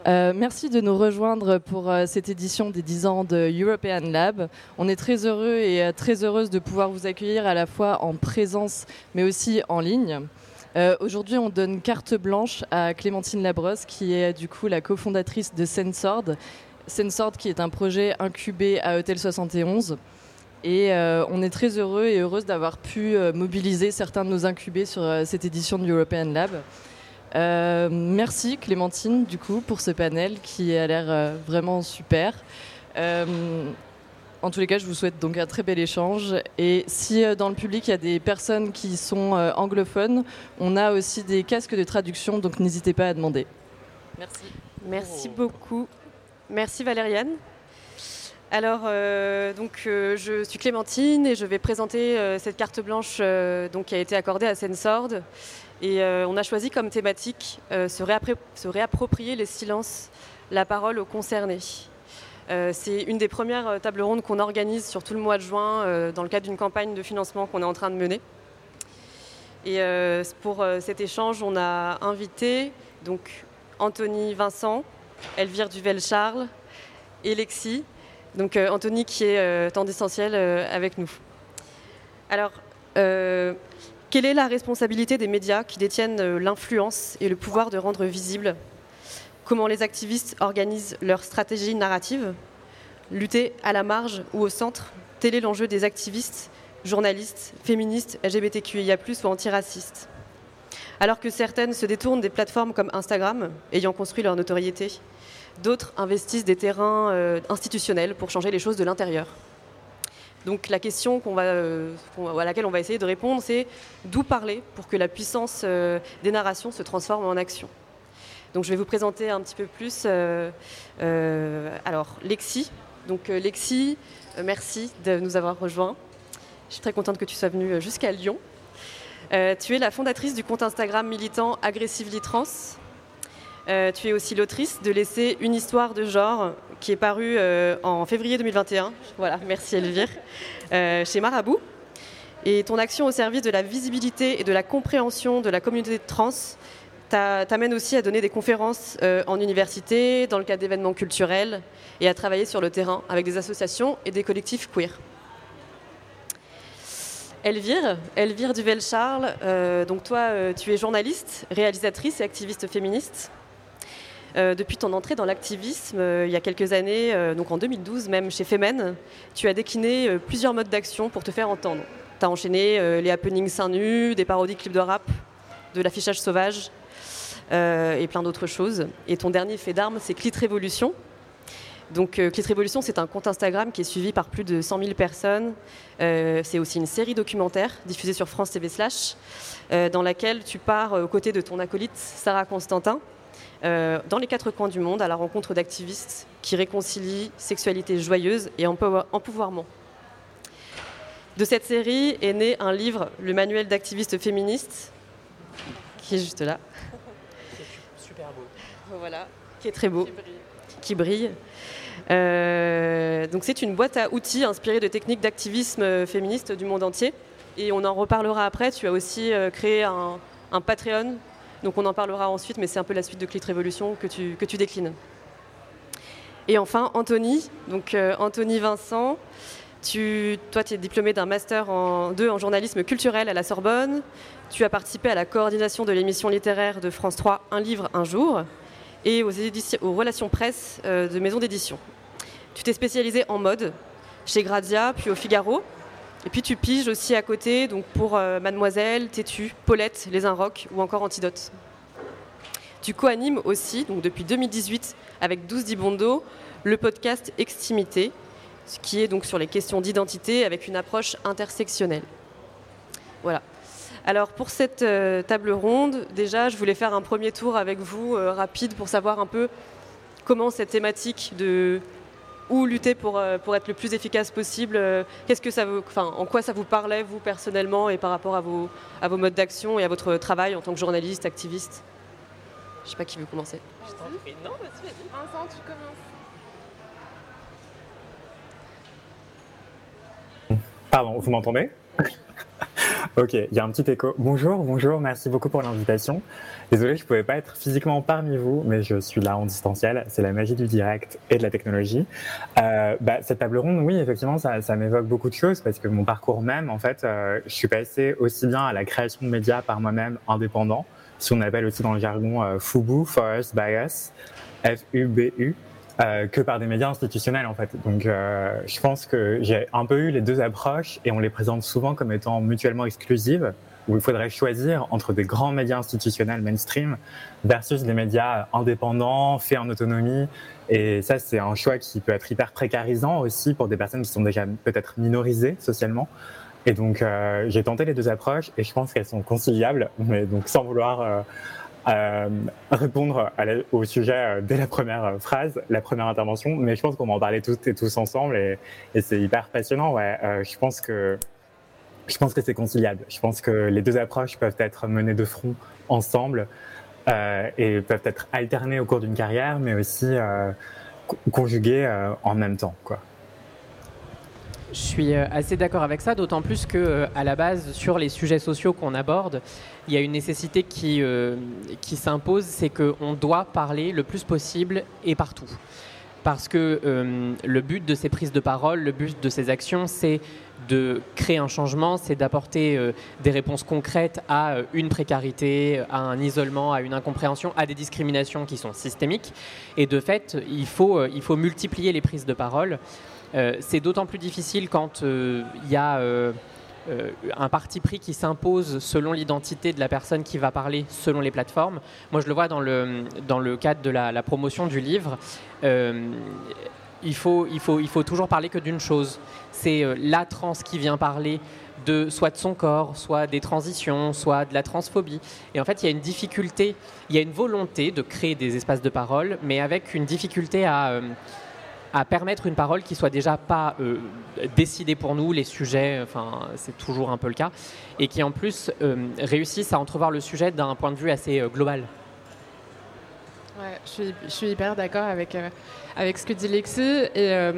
Merci de nous rejoindre pour cette édition des 10 ans de European Lab. On est très heureux et très heureuse de pouvoir vous accueillir à la fois en présence mais aussi en ligne. Aujourd'hui, on donne carte blanche à Clémentine Labrosse, qui est du coup la cofondatrice de Sensord. Sensord qui est un projet incubé à Hôtel 71. Et on est très heureux et heureuse d'avoir pu mobiliser certains de nos incubés sur cette édition de European Lab. Merci Clémentine du coup pour ce panel qui a l'air vraiment super. En tous les cas, je vous souhaite donc un très bel échange. Et si dans le public, il y a des personnes qui sont anglophones, on a aussi des casques de traduction, donc n'hésitez pas à demander. Merci. Merci beaucoup. Merci Valériane. Alors, je suis Clémentine et je vais présenter cette carte blanche qui a été accordée à Sensord. Et on a choisi comme thématique se réapproprier les silences, la parole aux concernés. C'est une des premières tables rondes qu'on organise sur tout le mois de juin dans le cadre d'une campagne de financement qu'on est en train de mener. Et pour cet échange, on a invité donc Anthony Vincent, Elvire Duvel-Charles et Lexi. Donc Anthony qui est temps d'essentiel avec nous. Alors, quelle est la responsabilité des médias qui détiennent l'influence et le pouvoir de rendre visible ? Comment les activistes organisent leur stratégie narrative ? Lutter à la marge ou au centre ? Tel est l'enjeu des activistes, journalistes, féministes, LGBTQIA+, ou antiracistes. Alors que certaines se détournent des plateformes comme Instagram, ayant construit leur notoriété, d'autres investissent des terrains institutionnels pour changer les choses de l'intérieur. Donc la question à laquelle on va essayer de répondre, c'est d'où parler pour que la puissance des narrations se transforme en action. Donc je vais vous présenter un petit peu plus. Alors Lexi. Donc Lexi, merci de nous avoir rejoints. Je suis très contente que tu sois venue jusqu'à Lyon. Tu es la fondatrice du compte Instagram militant Aggressively Trans. Tu es aussi l'autrice de l'essai Une histoire de genre, qui est paru en février 2021. Voilà, merci Elvire, chez Marabout. Et ton action au service de la visibilité et de la compréhension de la communauté trans t'amène aussi à donner des conférences en université, dans le cadre d'événements culturels, et à travailler sur le terrain avec des associations et des collectifs queer. Elvire Duvel-Charles, donc toi, tu es journaliste, réalisatrice et activiste féministe. Depuis ton entrée dans l'activisme, il y a quelques années, donc en 2012 même chez Femen, tu as décliné plusieurs modes d'action pour te faire entendre. Tu as enchaîné les happenings seins nus, des parodies clips de rap, de l'affichage sauvage et plein d'autres choses. Et ton dernier fait d'armes, c'est Clit Révolution. Donc Clit Révolution, c'est un compte Instagram qui est suivi par plus de 100 000 personnes. C'est aussi une série documentaire diffusée sur France TV /, dans laquelle tu pars aux côtés de ton acolyte Sarah Constantin, dans les 4 coins du monde, à la rencontre d'activistes qui réconcilient sexualité joyeuse et empouvoirment. De cette série est né un livre, le manuel d'activistes féministes, qui est juste là. C'est super beau. Voilà, qui est très beau, qui brille. Donc c'est une boîte à outils inspirée de techniques d'activisme féministe du monde entier. Et on en reparlera après. Tu as aussi créé un Patreon. Donc on en parlera ensuite, mais c'est un peu la suite de Clit Révolution que tu déclines. Et enfin, Anthony. Donc Anthony Vincent, toi tu es diplômé d'un master en journalisme culturel à la Sorbonne. Tu as participé à la coordination de l'émission littéraire de France 3, Un livre, un jour, et aux relations presse de maisons d'édition. Tu t'es spécialisé en mode chez Grazia, puis au Figaro. Et puis tu piges aussi à côté donc pour Mademoiselle, Tétu, Paulette, Les Inrocks ou encore Antidote. Tu co-animes aussi, donc depuis 2018, avec 12 Dibondo, le podcast Extimité, ce qui est donc sur les questions d'identité avec une approche intersectionnelle. Voilà. Alors pour cette table ronde, déjà je voulais faire un premier tour avec vous rapide pour savoir un peu comment cette thématique de où lutter pour être le plus efficace possible, en quoi ça vous parlait vous personnellement et par rapport à vos modes d'action et à votre travail en tant que journaliste, activiste. Je sais pas qui veut commencer. Je t'en prie. Non, vas-y. Vincent, tu commences. Pardon, vous m'entendez ? Ok, il y a un petit écho. Bonjour, merci beaucoup pour l'invitation. Désolé, je ne pouvais pas être physiquement parmi vous, mais je suis là en distanciel. C'est la magie du direct et de la technologie. Cette table ronde, oui, effectivement, ça m'évoque beaucoup de choses parce que mon parcours même, en fait, je suis passé aussi bien à la création de médias par moi-même indépendant, ce qu'on appelle aussi dans le jargon FUBU, For Us, By Us, FUBU. Que par des médias institutionnels en fait. Donc je pense que j'ai un peu eu les deux approches et on les présente souvent comme étant mutuellement exclusives, où il faudrait choisir entre des grands médias institutionnels mainstream versus des médias indépendants, faits en autonomie. Et ça, c'est un choix qui peut être hyper précarisant aussi pour des personnes qui sont déjà peut-être minorisées socialement. Et donc j'ai tenté les deux approches et je pense qu'elles sont conciliables, mais donc sans vouloir répondre au sujet dès la première phrase, la première intervention, mais je pense qu'on va en parler toutes et tous ensemble et c'est hyper passionnant. Ouais. Je pense que c'est conciliable. Je pense que les deux approches peuvent être menées de front ensemble et peuvent être alternées au cours d'une carrière, mais aussi conjuguées en même temps, quoi. Je suis assez d'accord avec ça, d'autant plus que à la base, sur les sujets sociaux qu'on aborde, il y a une nécessité qui s'impose, c'est qu'on doit parler le plus possible et partout. Parce que le but de ces prises de parole, le but de ces actions, c'est de créer un changement, c'est d'apporter des réponses concrètes à une précarité, à un isolement, à une incompréhension, à des discriminations qui sont systémiques. Et de fait, il faut multiplier les prises de parole. C'est d'autant plus difficile quand il y a un parti pris qui s'impose selon l'identité de la personne qui va parler, selon les plateformes. Moi, je le vois dans le cadre de la promotion du livre. Il faut toujours parler que d'une chose. C'est la trans qui vient parler soit de son corps, soit des transitions, soit de la transphobie. Et en fait, il y a une difficulté, il y a une volonté de créer des espaces de parole, mais avec une difficulté à permettre une parole qui soit déjà pas décidée pour nous, les sujets, enfin c'est toujours un peu le cas, et qui en plus réussissent à entrevoir le sujet d'un point de vue assez global. Ouais, je suis hyper d'accord avec ce que dit Lexi, et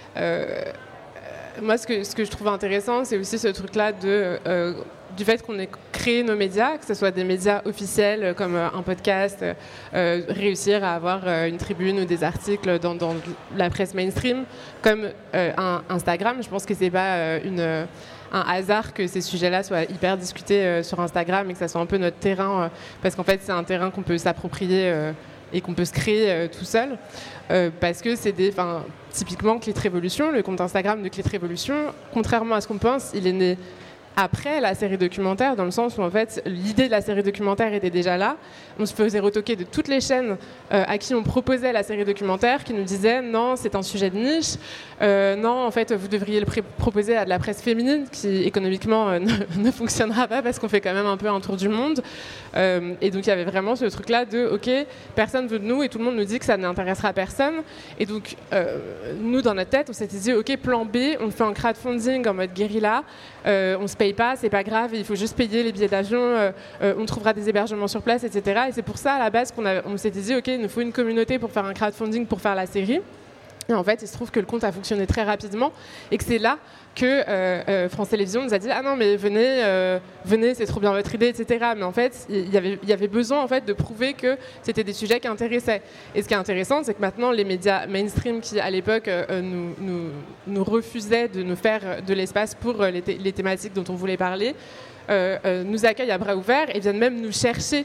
moi ce que je trouve intéressant, c'est aussi ce truc-là du fait qu'on ait créé nos médias, que ce soit des médias officiels comme un podcast, réussir à avoir une tribune ou des articles dans la presse mainstream, comme un Instagram. Je pense que c'est pas un hasard que ces sujets-là soient hyper discutés sur Instagram et que ça soit un peu notre terrain, parce qu'en fait c'est un terrain qu'on peut s'approprier et qu'on peut se créer tout seul, parce que c'est typiquement Clé de Révolution, le compte Instagram de Clé de Révolution, contrairement à ce qu'on pense, il est né après la série documentaire, dans le sens où en fait l'idée de la série documentaire était déjà là. On se faisait retoquer de toutes les chaînes à qui on proposait la série documentaire, qui nous disaient non, c'est un sujet de niche, non, en fait vous devriez le proposer à de la presse féminine qui économiquement ne fonctionnera pas parce qu'on fait quand même un peu un tour du monde. Et donc il y avait vraiment ce truc-là de ok, personne veut de nous et tout le monde nous dit que ça n'intéressera personne. Et donc nous dans notre tête on s'était dit ok, plan B, on fait un crowdfunding en mode guérilla, on se paye pas, c'est pas grave, il faut juste payer les billets d'avion, on trouvera des hébergements sur place, etc. Et c'est pour ça à la base qu'on s'était dit ok, il nous faut une communauté pour faire un crowdfunding pour faire la série. Et en fait, il se trouve que le compte a fonctionné très rapidement et que c'est là que France Télévisions nous a dit « Ah non, mais venez, c'est trop bien votre idée, etc. » Mais en fait, il y avait besoin en fait, de prouver que c'était des sujets qui intéressaient. Et ce qui est intéressant, c'est que maintenant, les médias mainstream qui, à l'époque, nous refusaient de nous faire de l'espace pour les thématiques dont on voulait parler, nous accueillent à bras ouverts et viennent même nous chercher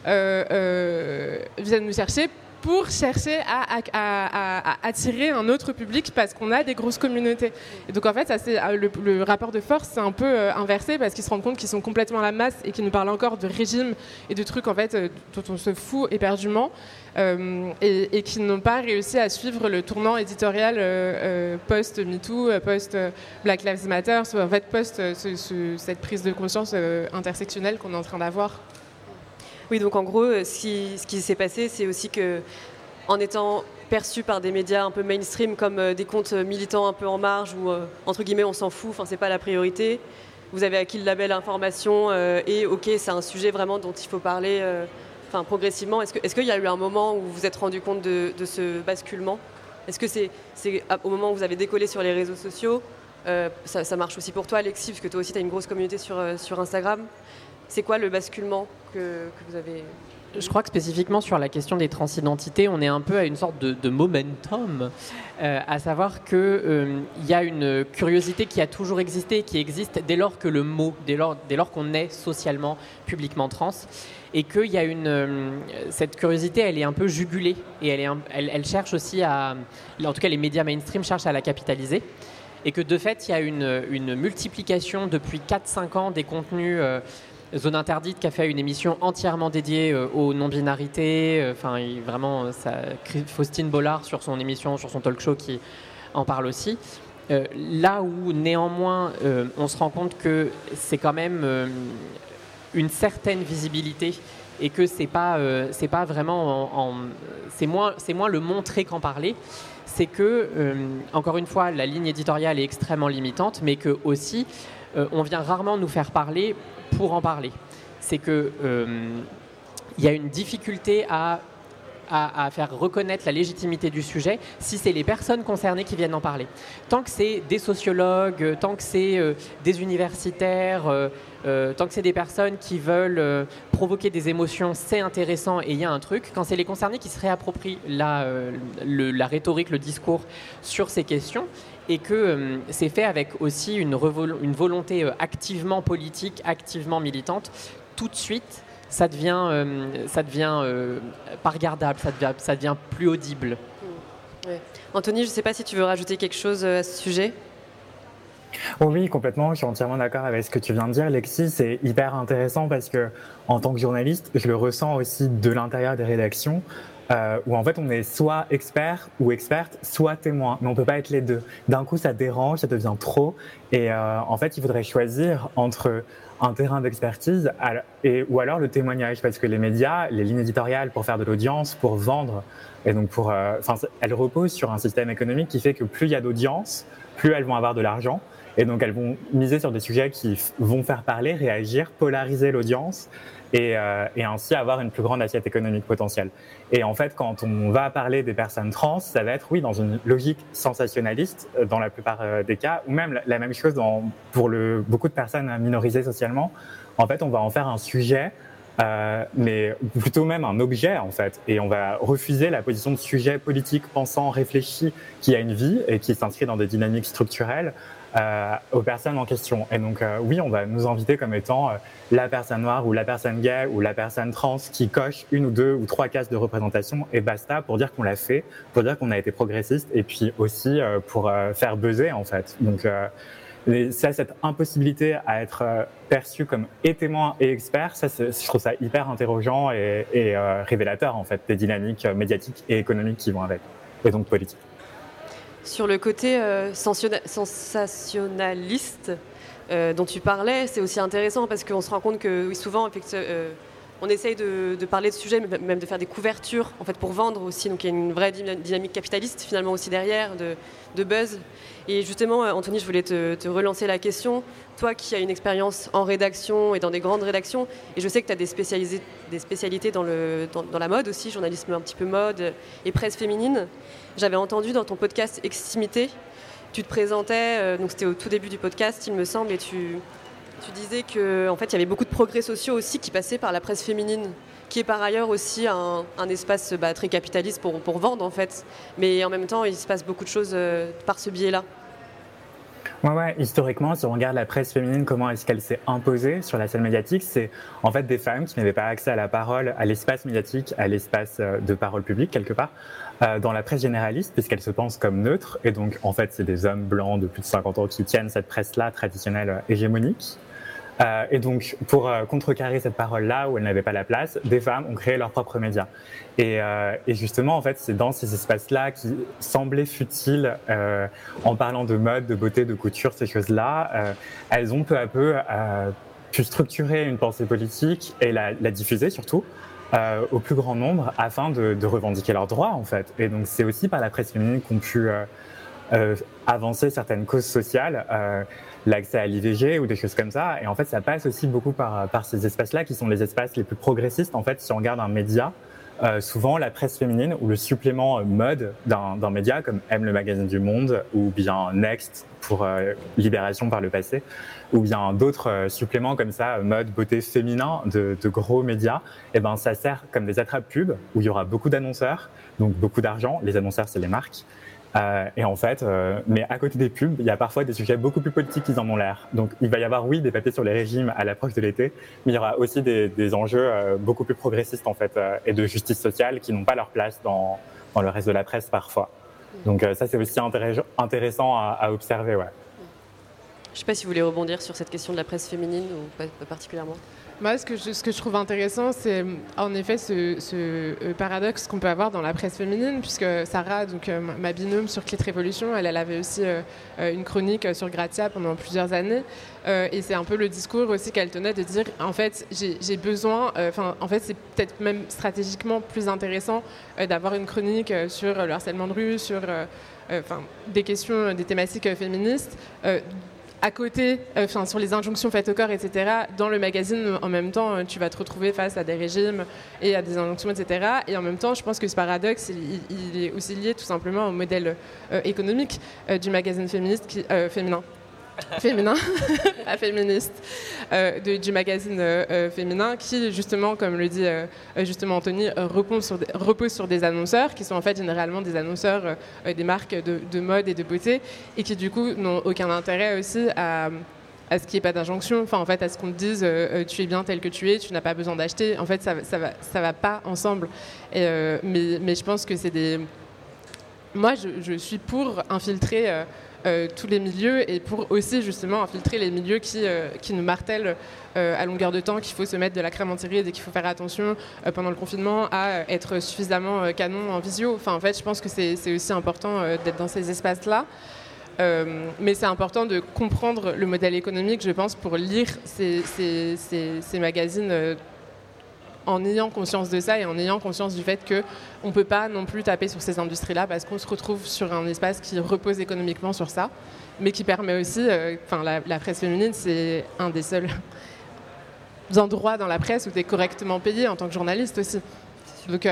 pour chercher à attirer un autre public parce qu'on a des grosses communautés. Et donc en fait, ça, c'est, le rapport de force c'est un peu inversé parce qu'ils se rendent compte qu'ils sont complètement à la masse et qu'ils nous parlent encore de régime et de trucs en fait, dont on se fout éperdument et qui n'ont pas réussi à suivre le tournant éditorial post-MeToo, post-Black Lives Matter, en fait post cette prise de conscience intersectionnelle qu'on est en train d'avoir. Oui, donc en gros, ce qui s'est passé, c'est aussi qu'en étant perçu par des médias un peu mainstream comme des comptes militants un peu en marge ou entre guillemets on s'en fout, enfin c'est pas la priorité, vous avez acquis le label information et ok, c'est un sujet vraiment dont il faut parler progressivement. Est-ce qu'il y a eu un moment où vous vous êtes rendu compte de ce basculement ? Est-ce que c'est au moment où vous avez décollé sur les réseaux sociaux Ça marche aussi pour toi, Alexis, parce que toi aussi, tu as une grosse communauté sur Instagram. C'est quoi le basculement que vous avez? Je crois que spécifiquement sur la question des transidentités, on est un peu à une sorte de momentum, à savoir qu'il y a une curiosité qui a toujours existé et qui existe dès lors que le mot, dès lors qu'on est socialement, publiquement trans, et qu'il y a cette curiosité, elle est un peu jugulée et elle cherche aussi en tout cas les médias mainstream cherchent à la capitaliser. Et que de fait, il y a une multiplication depuis 4-5 ans des contenus Zone Interdite qui a fait une émission entièrement dédiée aux non-binarités. Vraiment, Faustine Bollard sur son émission, sur son talk show qui en parle aussi. Là où néanmoins, on se rend compte que c'est quand même une certaine visibilité et que c'est pas vraiment c'est moins le montrer qu'en parler. C'est que, encore une fois, la ligne éditoriale est extrêmement limitante, mais que aussi, on vient rarement nous faire parler pour en parler. C'est que il y a une difficulté à faire reconnaître la légitimité du sujet si c'est les personnes concernées qui viennent en parler. Tant que c'est des sociologues, tant que c'est des universitaires, tant que c'est des personnes qui veulent provoquer des émotions, c'est intéressant et il y a un truc. Quand c'est les concernés qui se réapproprient la rhétorique, le discours sur ces questions, et que c'est fait avec aussi une volonté activement politique, activement militante, tout de suite, ça devient pas regardable, ça devient plus audible. Ouais. Anthony, je ne sais pas si tu veux rajouter quelque chose à ce sujet. Oh oui, complètement. Je suis entièrement d'accord avec ce que tu viens de dire, Lexi. C'est hyper intéressant parce que, en tant que journaliste, je le ressens aussi de l'intérieur des rédactions, où en fait on est soit expert ou experte, soit témoin, mais on peut pas être les deux. D'un coup, ça dérange, ça devient trop, et en fait, il faudrait choisir entre un terrain d'expertise ou alors le témoignage, parce que les médias, les lignes éditoriales pour faire de l'audience, pour vendre, et donc elles reposent sur un système économique qui fait que plus il y a d'audience, plus elles vont avoir de l'argent. Et donc, elles vont miser sur des sujets qui vont faire parler, réagir, polariser l'audience et ainsi avoir une plus grande assiette économique potentielle. Et en fait, quand on va parler des personnes trans, ça va être, oui, dans une logique sensationnaliste dans la plupart des cas, ou même la même chose pour beaucoup de personnes minorisées socialement. En fait, on va en faire un sujet, mais plutôt même un objet, en fait. Et on va refuser la position de sujet politique, pensant, réfléchi, qui a une vie et qui s'inscrit dans des dynamiques structurelles, aux personnes en question. Et donc, oui, on va nous inviter comme étant la personne noire ou la personne gay ou la personne trans qui coche 1 ou 2 ou 3 cases de représentation et basta, pour dire qu'on l'a fait, pour dire qu'on a été progressiste et puis aussi pour faire buzzer, en fait. Donc, cette impossibilité à être perçu comme et témoin et expert, je trouve ça hyper interrogeant et révélateur, en fait, des dynamiques médiatiques et économiques qui vont avec, et donc politiques. Sur le côté sensationnaliste dont tu parlais, c'est aussi intéressant parce qu'on se rend compte que oui, souvent, on essaye de parler de sujets, même de faire des couvertures en fait, pour vendre aussi. Donc il y a une vraie dynamique capitaliste finalement aussi derrière, de buzz. Et justement, Anthony, je voulais te relancer la question. Toi qui as une expérience en rédaction et dans des grandes rédactions, et je sais que tu as des spécialités dans la mode aussi, journalisme un petit peu mode et presse féminine. J'avais entendu dans ton podcast Extimité, tu te présentais, donc c'était au tout début du podcast, il me semble, et tu disais qu'en fait, il y avait beaucoup de progrès sociaux aussi qui passaient par la presse féminine, qui est par ailleurs aussi un espace très capitaliste pour vendre, en fait. Mais en même temps, il se passe beaucoup de choses par ce biais-là. Ouais, historiquement, si on regarde la presse féminine, comment est-ce qu'elle s'est imposée sur la scène médiatique, c'est en fait des femmes qui n'avaient pas accès à la parole, à l'espace médiatique, à l'espace de parole publique, quelque part, dans la presse généraliste, puisqu'elle se pense comme neutre. Et donc, en fait, c'est des hommes blancs de plus de 50 ans qui tiennent cette presse-là traditionnelle hégémonique. Et donc, pour contrecarrer cette parole-là, où elle n'avait pas la place, des femmes ont créé leurs propres médias. Et justement, en fait, c'est dans ces espaces-là qui semblaient futiles, en parlant de mode, de beauté, de couture, ces choses-là, elles ont peu à peu pu structurer une pensée politique et la diffuser surtout au plus grand nombre afin de revendiquer leurs droits, en fait. Et donc, c'est aussi par la presse féminine qu'ont pu avancer certaines causes sociales, l'accès à l'IVG ou des choses comme ça. Et en fait, ça passe aussi beaucoup par ces espaces-là qui sont les espaces les plus progressistes. En fait, si on regarde un média, souvent la presse féminine ou le supplément mode d'un média comme M, le magazine du Monde, ou bien Next pour Libération par le passé, ou bien d'autres suppléments comme ça, mode, beauté féminin de gros médias, et ben ça sert comme des attrapes pubs où il y aura beaucoup d'annonceurs, donc beaucoup d'argent. Les annonceurs, c'est les marques. Et en fait, mais à côté des pubs, il y a parfois des sujets beaucoup plus politiques qui en ont l'air. Donc il va y avoir, oui, des papiers sur les régimes à l'approche de l'été, mais il y aura aussi des enjeux beaucoup plus progressistes en fait, et de justice sociale qui n'ont pas leur place dans le reste de la presse parfois. Donc ça, c'est aussi intéressant à observer. Ouais. Je ne sais pas si vous voulez rebondir sur cette question de la presse féminine ou pas particulièrement. Moi, ce que je trouve intéressant, c'est en effet ce paradoxe qu'on peut avoir dans la presse féminine, puisque Sarah, donc, ma binôme sur Clit Révolution, elle avait aussi une chronique sur Grazia pendant plusieurs années. Et c'est un peu le discours aussi qu'elle tenait de dire, en fait, j'ai besoin, en fait, c'est peut-être même stratégiquement plus intéressant d'avoir une chronique sur le harcèlement de rue, sur des questions, des thématiques féministes. À côté, sur les injonctions faites au corps, etc., dans le magazine, en même temps, tu vas te retrouver face à des régimes et à des injonctions, etc. Et en même temps, je pense que ce paradoxe, il est aussi lié tout simplement au modèle économique du magazine féminin, pas féministe, du magazine féminin qui, justement, comme le dit justement Anthony, repose sur des annonceurs qui sont en fait généralement des annonceurs des marques de mode et de beauté et qui du coup n'ont aucun intérêt aussi à ce qu'il n'y ait pas d'injonction, en fait à ce qu'on te dise tu es bien tel que tu es, tu n'as pas besoin d'acheter. En fait, ça va pas ensemble. Mais je pense que c'est des... Moi, je suis pour infiltrer tous les milieux et pour aussi justement infiltrer les milieux qui nous martèlent à longueur de temps qu'il faut se mettre de la crème anti-rides et qu'il faut faire attention pendant le confinement à être suffisamment canon en visio. En fait, je pense que c'est aussi important d'être dans ces espaces-là. Mais c'est important de comprendre le modèle économique, je pense, pour lire ces magazines en ayant conscience de ça et en ayant conscience du fait qu'on ne peut pas non plus taper sur ces industries-là parce qu'on se retrouve sur un espace qui repose économiquement sur ça, mais qui permet aussi... la presse féminine, c'est un des seuls endroits dans la presse où tu es correctement payé en tant que journaliste aussi. Donc,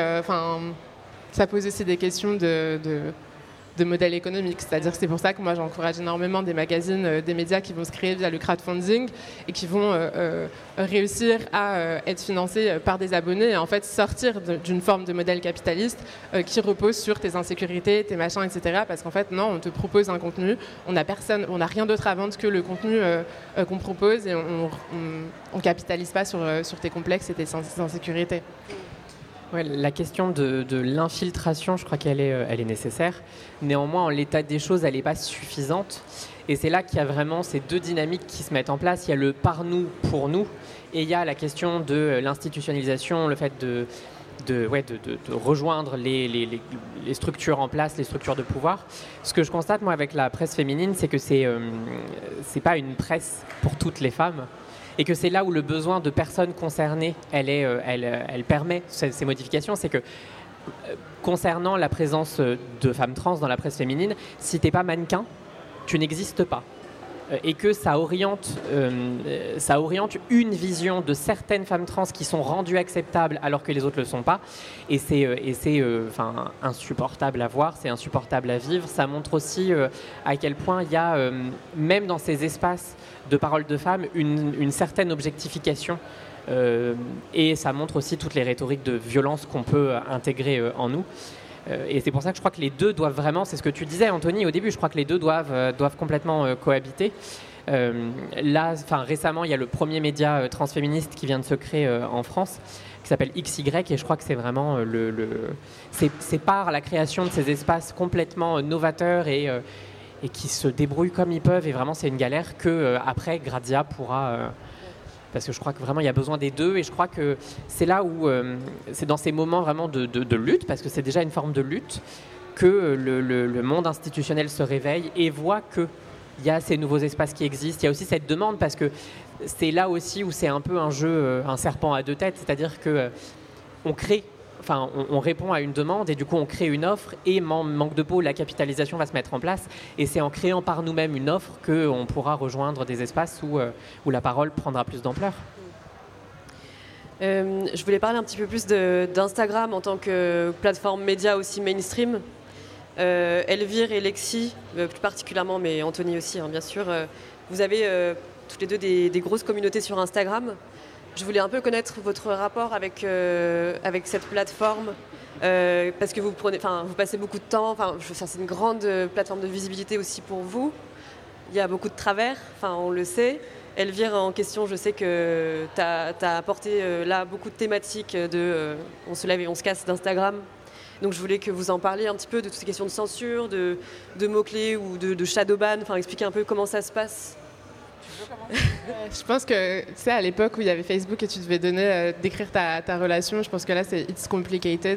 ça pose aussi des questions de modèle économique. C'est-à-dire que c'est pour ça que moi j'encourage énormément des magazines, des médias qui vont se créer via le crowdfunding et qui vont réussir à être financés par des abonnés et en fait sortir d'une forme de modèle capitaliste qui repose sur tes insécurités, tes machins, etc. Parce qu'en fait, non, on te propose un contenu, on n'a rien d'autre à vendre que le contenu qu'on propose et on capitalise pas sur tes complexes et tes insécurités. Ouais, la question de l'infiltration, je crois qu'elle est nécessaire. Néanmoins, en l'état des choses, elle n'est pas suffisante. Et c'est là qu'il y a vraiment ces deux dynamiques qui se mettent en place. Il y a le par nous, pour nous, et il y a la question de l'institutionnalisation, le fait de rejoindre les structures en place, les structures de pouvoir. Ce que je constate, moi, avec la presse féminine, c'est que c'est pas une presse pour toutes les femmes. Et que c'est là où le besoin de personnes concernées, elle permet ces modifications. C'est que concernant la présence de femmes trans dans la presse féminine, si tu n'es pas mannequin, tu n'existes pas. Et que ça oriente une vision de certaines femmes trans qui sont rendues acceptables alors que les autres ne le sont pas. Et c'est insupportable à voir, c'est insupportable à vivre. Ça montre aussi à quel point il y a, même dans ces espaces de parole de femmes, une certaine objectification. Et ça montre aussi toutes les rhétoriques de violence qu'on peut intégrer en nous. Et c'est pour ça que je crois que les deux doivent vraiment, c'est ce que tu disais Anthony au début, je crois que les deux doivent complètement cohabiter. Là, récemment, il y a le premier média transféministe qui vient de se créer en France, qui s'appelle XY, et je crois que c'est vraiment c'est par la création de ces espaces complètement novateurs et qui se débrouillent comme ils peuvent, et vraiment c'est une galère que après Grazia pourra... parce que je crois que vraiment il y a besoin des deux, et je crois que c'est là où c'est dans ces moments vraiment de lutte, parce que c'est déjà une forme de lutte, que le monde institutionnel se réveille et voit qu'il y a ces nouveaux espaces qui existent. Il y a aussi cette demande, parce que c'est là aussi où c'est un peu un jeu, un serpent à deux têtes, c'est-à-dire qu'on crée... on répond à une demande et du coup on crée une offre, et manque de peau, la capitalisation va se mettre en place, et c'est en créant par nous-mêmes une offre qu'on pourra rejoindre des espaces où la parole prendra plus d'ampleur. Je voulais parler un petit peu plus d'Instagram en tant que plateforme média aussi mainstream. Elvire et Lexi, plus particulièrement, mais Anthony aussi, hein, bien sûr. Vous avez toutes les deux des grosses communautés sur Instagram. Je voulais un peu connaître votre rapport avec cette plateforme, parce que vous passez beaucoup de temps. C'est une grande plateforme de visibilité aussi pour vous. Il y a beaucoup de travers, on le sait. Elvire, en question, je sais que tu as apporté là beaucoup de thématiques on se lève et on se casse d'Instagram. Donc je voulais que vous en parliez un petit peu de toutes ces questions de censure, de mots-clés ou de shadowban, expliquer un peu comment ça se passe. Je pense que, tu sais, à l'époque où il y avait Facebook et tu devais décrire ta relation, je pense que là, c'est It's Complicated.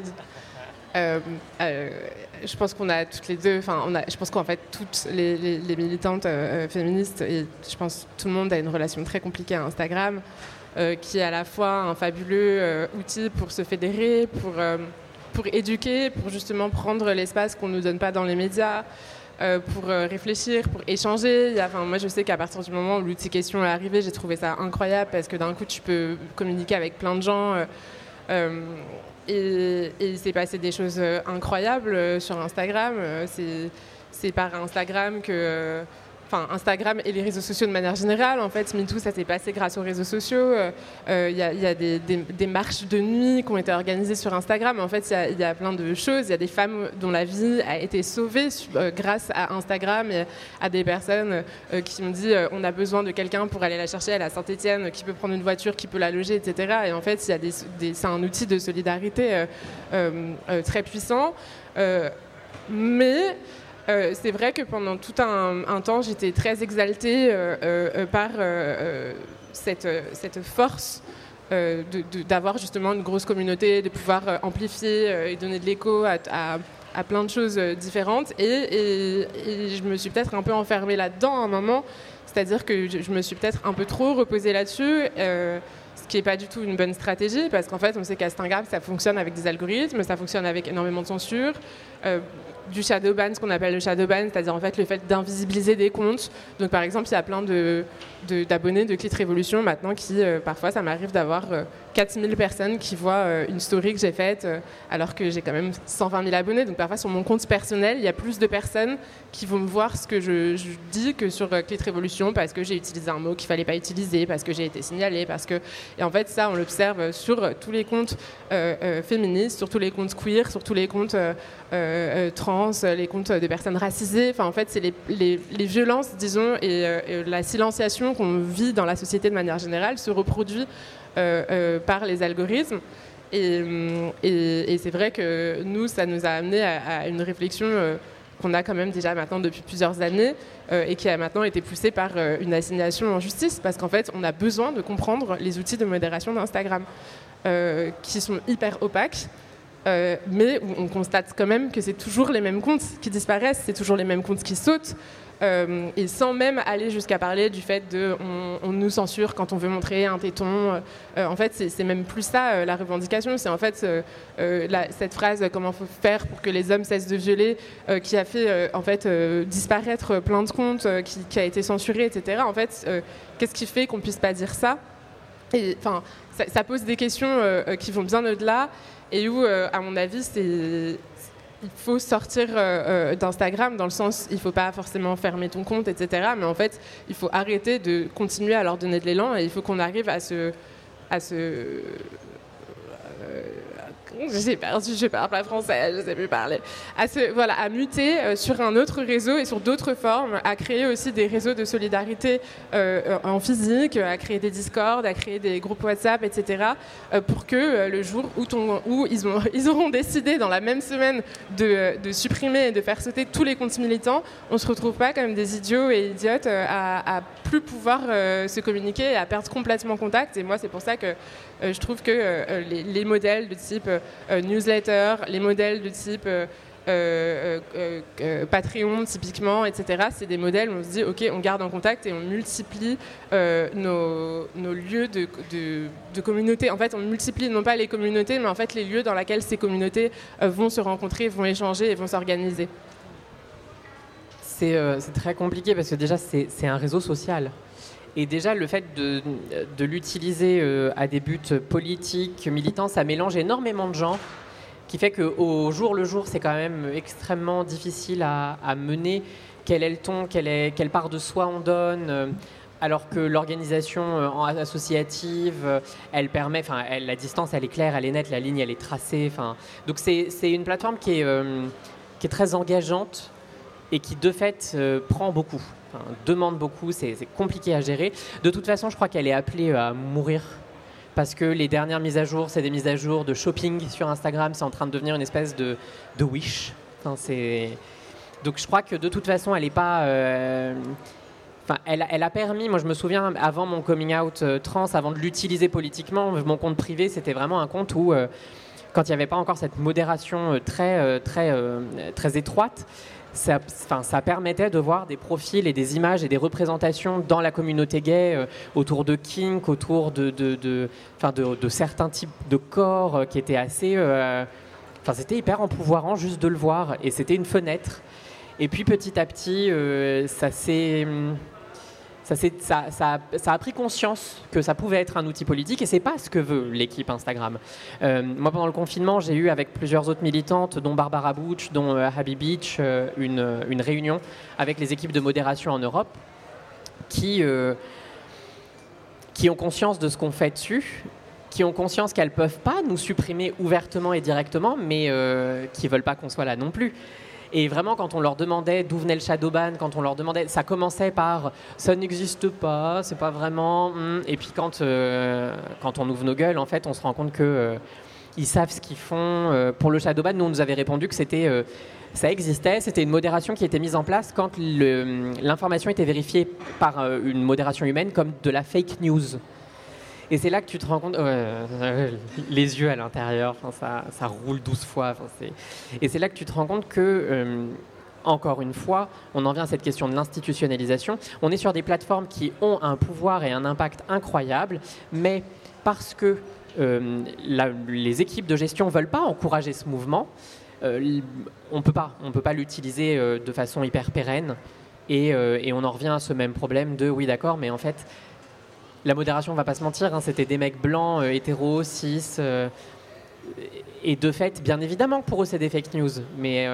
Je pense qu'on a toutes les deux, je pense qu'en fait, toutes les militantes féministes, et je pense que tout le monde a une relation très compliquée à Instagram, qui est à la fois un fabuleux outil pour se fédérer, pour éduquer, pour justement prendre l'espace qu'on ne nous donne pas dans les médias, pour réfléchir, pour échanger. Moi, je sais qu'à partir du moment où l'outil question est arrivé, j'ai trouvé ça incroyable parce que d'un coup, tu peux communiquer avec plein de gens. Et il s'est passé des choses incroyables sur Instagram. C'est par Instagram que... Instagram et les réseaux sociaux de manière générale. En fait, MeToo, ça s'est passé grâce aux réseaux sociaux. Il y a des marches de nuit qui ont été organisées sur Instagram. En fait, il y a plein de choses. Il y a des femmes dont la vie a été sauvée grâce à Instagram et à des personnes qui ont dit on a besoin de quelqu'un pour aller la chercher à la Saint-Étienne, qui peut prendre une voiture, qui peut la loger, etc. Et en fait, c'est un outil de solidarité très puissant. Mais c'est vrai que pendant tout un temps, j'étais très exaltée par cette force d'avoir justement une grosse communauté, de pouvoir amplifier et donner de l'écho à plein de choses différentes. Et je me suis peut-être un peu enfermée là-dedans à un moment, c'est-à-dire que je me suis peut-être un peu trop reposée là-dessus. Ce qui n'est pas du tout une bonne stratégie, parce qu'en fait, on sait qu'Instagram, ça fonctionne avec des algorithmes, ça fonctionne avec énormément de censure, du shadowban, ce qu'on appelle le shadowban, c'est-à-dire en fait le fait d'invisibiliser des comptes. Donc par exemple, il y a plein d'abonnés de Clit Révolution maintenant qui, parfois, ça m'arrive d'avoir 4000 personnes qui voient une story que j'ai faite, alors que j'ai quand même 120 000 abonnés. Donc parfois, sur mon compte personnel, il y a plus de personnes qui vont me voir ce que je dis que sur Clit Révolution, parce que j'ai utilisé un mot qu'il ne fallait pas utiliser, parce que j'ai été signalée, parce que... Et en fait, ça, on l'observe sur tous les comptes féministes, sur tous les comptes queer, sur tous les comptes trans, les comptes de personnes racisées. En fait, c'est les violences, disons, et la silenciation qu'on vit dans la société de manière générale se reproduit par les algorithmes. Et c'est vrai que nous, ça nous a amené à une réflexion qu'on a quand même déjà maintenant depuis plusieurs années et qui a maintenant été poussée par une assignation en justice, parce qu'en fait, on a besoin de comprendre les outils de modération d'Instagram qui sont hyper opaques. Mais où on constate quand même que c'est toujours les mêmes comptes qui disparaissent, c'est toujours les mêmes comptes qui sautent, et sans même aller jusqu'à parler du fait on nous censure quand on veut montrer un téton. En fait, c'est même plus ça la revendication, c'est en fait cette phrase « comment faut faire pour que les hommes cessent de violer » qui a fait en fait disparaître plein de comptes, qui a été censuré, etc. En fait, qu'est-ce qui fait qu'on puisse pas dire ça? Et enfin, ça pose des questions qui vont bien au-delà. Et où, à mon avis, il faut sortir d'Instagram, dans le sens, il ne faut pas forcément fermer ton compte, etc. Mais en fait, il faut arrêter de continuer à leur donner de l'élan et il faut qu'on arrive à se j'ai perdu, je parle pas français, je sais plus parler. À muter sur un autre réseau et sur d'autres formes, à créer aussi des réseaux de solidarité en physique, à créer des Discord, à créer des groupes WhatsApp, etc. Pour que le jour où ils auront décidé dans la même semaine de supprimer et de faire sauter tous les comptes militants, on se retrouve pas comme des idiots et idiotes à plus pouvoir se communiquer et à perdre complètement contact. Et moi, c'est pour ça que je trouve que les modèles de type newsletter, les modèles de type Patreon typiquement, etc., c'est des modèles où on se dit ok, on garde en contact et on multiplie nos lieux de communauté. En fait, on multiplie non pas les communautés, mais en fait les lieux dans lesquels ces communautés vont se rencontrer, vont échanger et vont s'organiser. C'est très compliqué parce que déjà c'est un réseau social. Et déjà, le fait de l'utiliser à des buts politiques, militants, ça mélange énormément de gens, qui fait qu'au jour le jour, c'est quand même extrêmement difficile à mener. Quel est le ton, quelle part de soi on donne alors que l'organisation associative, elle permet, la distance, elle est claire, elle est nette, la ligne, elle est tracée. Donc c'est une plateforme qui est très engageante et qui, de fait, prend beaucoup, demande beaucoup, c'est compliqué à gérer. De toute façon, je crois qu'elle est appelée à mourir parce que les dernières mises à jour, c'est des mises à jour de shopping sur Instagram, c'est en train de devenir une espèce de Wish. Donc je crois que de toute façon, elle n'est pas... elle a permis, moi je me souviens, avant mon coming out trans, avant de l'utiliser politiquement, mon compte privé, c'était vraiment un compte où, quand il n'y avait pas encore cette modération très étroite, ça permettait de voir des profils et des images et des représentations dans la communauté gay, autour de kink, autour de certains types de corps qui étaient assez... c'était hyper empouvoirant juste de le voir, et c'était une fenêtre. Et puis petit à petit, ça a pris conscience que ça pouvait être un outil politique, et c'est pas ce que veut l'équipe Instagram. Moi, pendant le confinement, j'ai eu avec plusieurs autres militantes, dont Barbara Butch, dont Happy Beach, une réunion avec les équipes de modération en Europe qui ont conscience de ce qu'on fait dessus, qui ont conscience qu'elles peuvent pas nous supprimer ouvertement et directement, mais qui veulent pas qu'on soit là non plus. Et vraiment, quand on leur demandait d'où venait le shadowban, quand on leur demandait, ça commençait par « ça n'existe pas, c'est pas vraiment… » Et puis quand on ouvre nos gueules, en fait, on se rend compte qu'ils savent ce qu'ils font. Pour le shadowban, nous, on nous avait répondu que ça existait, c'était une modération qui était mise en place quand l'information était vérifiée par une modération humaine comme de la fake news. Et c'est là que tu te rends compte, les yeux à l'intérieur, ça roule 12 fois. Et c'est là que tu te rends compte que, encore une fois, on en vient à cette question de l'institutionnalisation. On est sur des plateformes qui ont un pouvoir et un impact incroyable, mais parce que les équipes de gestion ne veulent pas encourager ce mouvement, on peut pas l'utiliser de façon hyper pérenne. Et on en revient à ce même problème de, oui d'accord, mais en fait… La modération, on va pas se mentir, c'était des mecs blancs, hétéros, cis, et de fait, bien évidemment que pour eux c'est des fake news, mais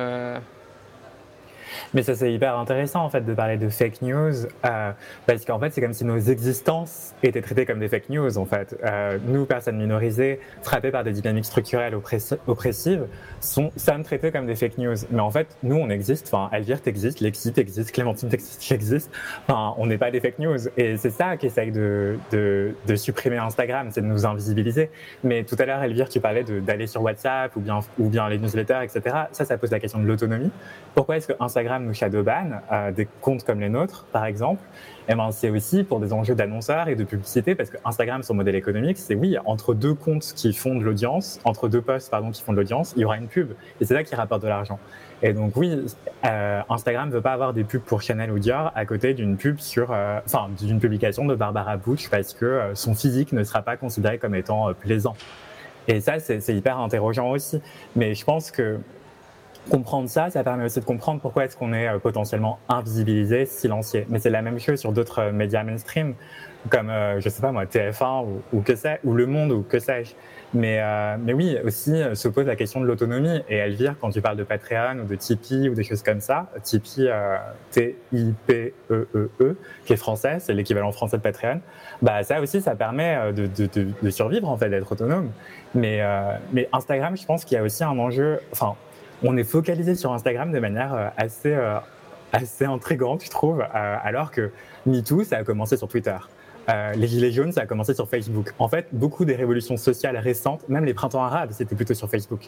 ça c'est hyper intéressant en fait de parler de fake news parce qu'en fait c'est comme si nos existences étaient traitées comme des fake news en fait. Nous, personnes minorisées, frappées par des dynamiques structurelles oppressives, sommes traitées comme des fake news. Mais en fait, nous on existe, Elvire t'existe, Lexi t'existe, Clémentine t'existe, on n'est pas des fake news. Et c'est ça qu'essaye de supprimer Instagram, c'est de nous invisibiliser. Mais tout à l'heure, Elvire, tu parlais d'aller sur WhatsApp ou bien les newsletters, etc. Ça pose la question de l'autonomie. Pourquoi est-ce que Instagram nous shadowban des comptes comme les nôtres, par exemple? C'est aussi pour des enjeux d'annonceurs et de publicité, parce que Instagram, son modèle économique, c'est oui, entre deux comptes qui font de l'audience, entre deux posts qui font de l'audience, il y aura une pub. Et c'est ça qui rapporte de l'argent. Et donc oui, Instagram ne veut pas avoir des pubs pour Chanel ou Dior à côté d'une pub d'une publication de Barbara Butch, parce que son physique ne sera pas considéré comme étant plaisant. Et ça, c'est hyper interrogeant aussi. Mais je pense que comprendre ça permet aussi de comprendre pourquoi est-ce qu'on est potentiellement invisibilisé, silencié. Mais c'est la même chose sur d'autres médias mainstream, comme, je sais pas moi, TF1 ou Le Monde ou que sais-je. Mais oui, aussi se pose la question de l'autonomie. Et Elvire, quand tu parles de Patreon ou de Tipeee ou des choses comme ça, Tipeee, T-I-P-E-E-E, qui est français, c'est l'équivalent français de Patreon, ça aussi, ça permet de survivre, en fait, d'être autonome. Mais Instagram, je pense qu'il y a aussi un enjeu… On est focalisé sur Instagram de manière assez intrigante, je trouve, alors que MeToo, ça a commencé sur Twitter. Les Gilets jaunes, ça a commencé sur Facebook. En fait, beaucoup des révolutions sociales récentes, même les printemps arabes, c'était plutôt sur Facebook.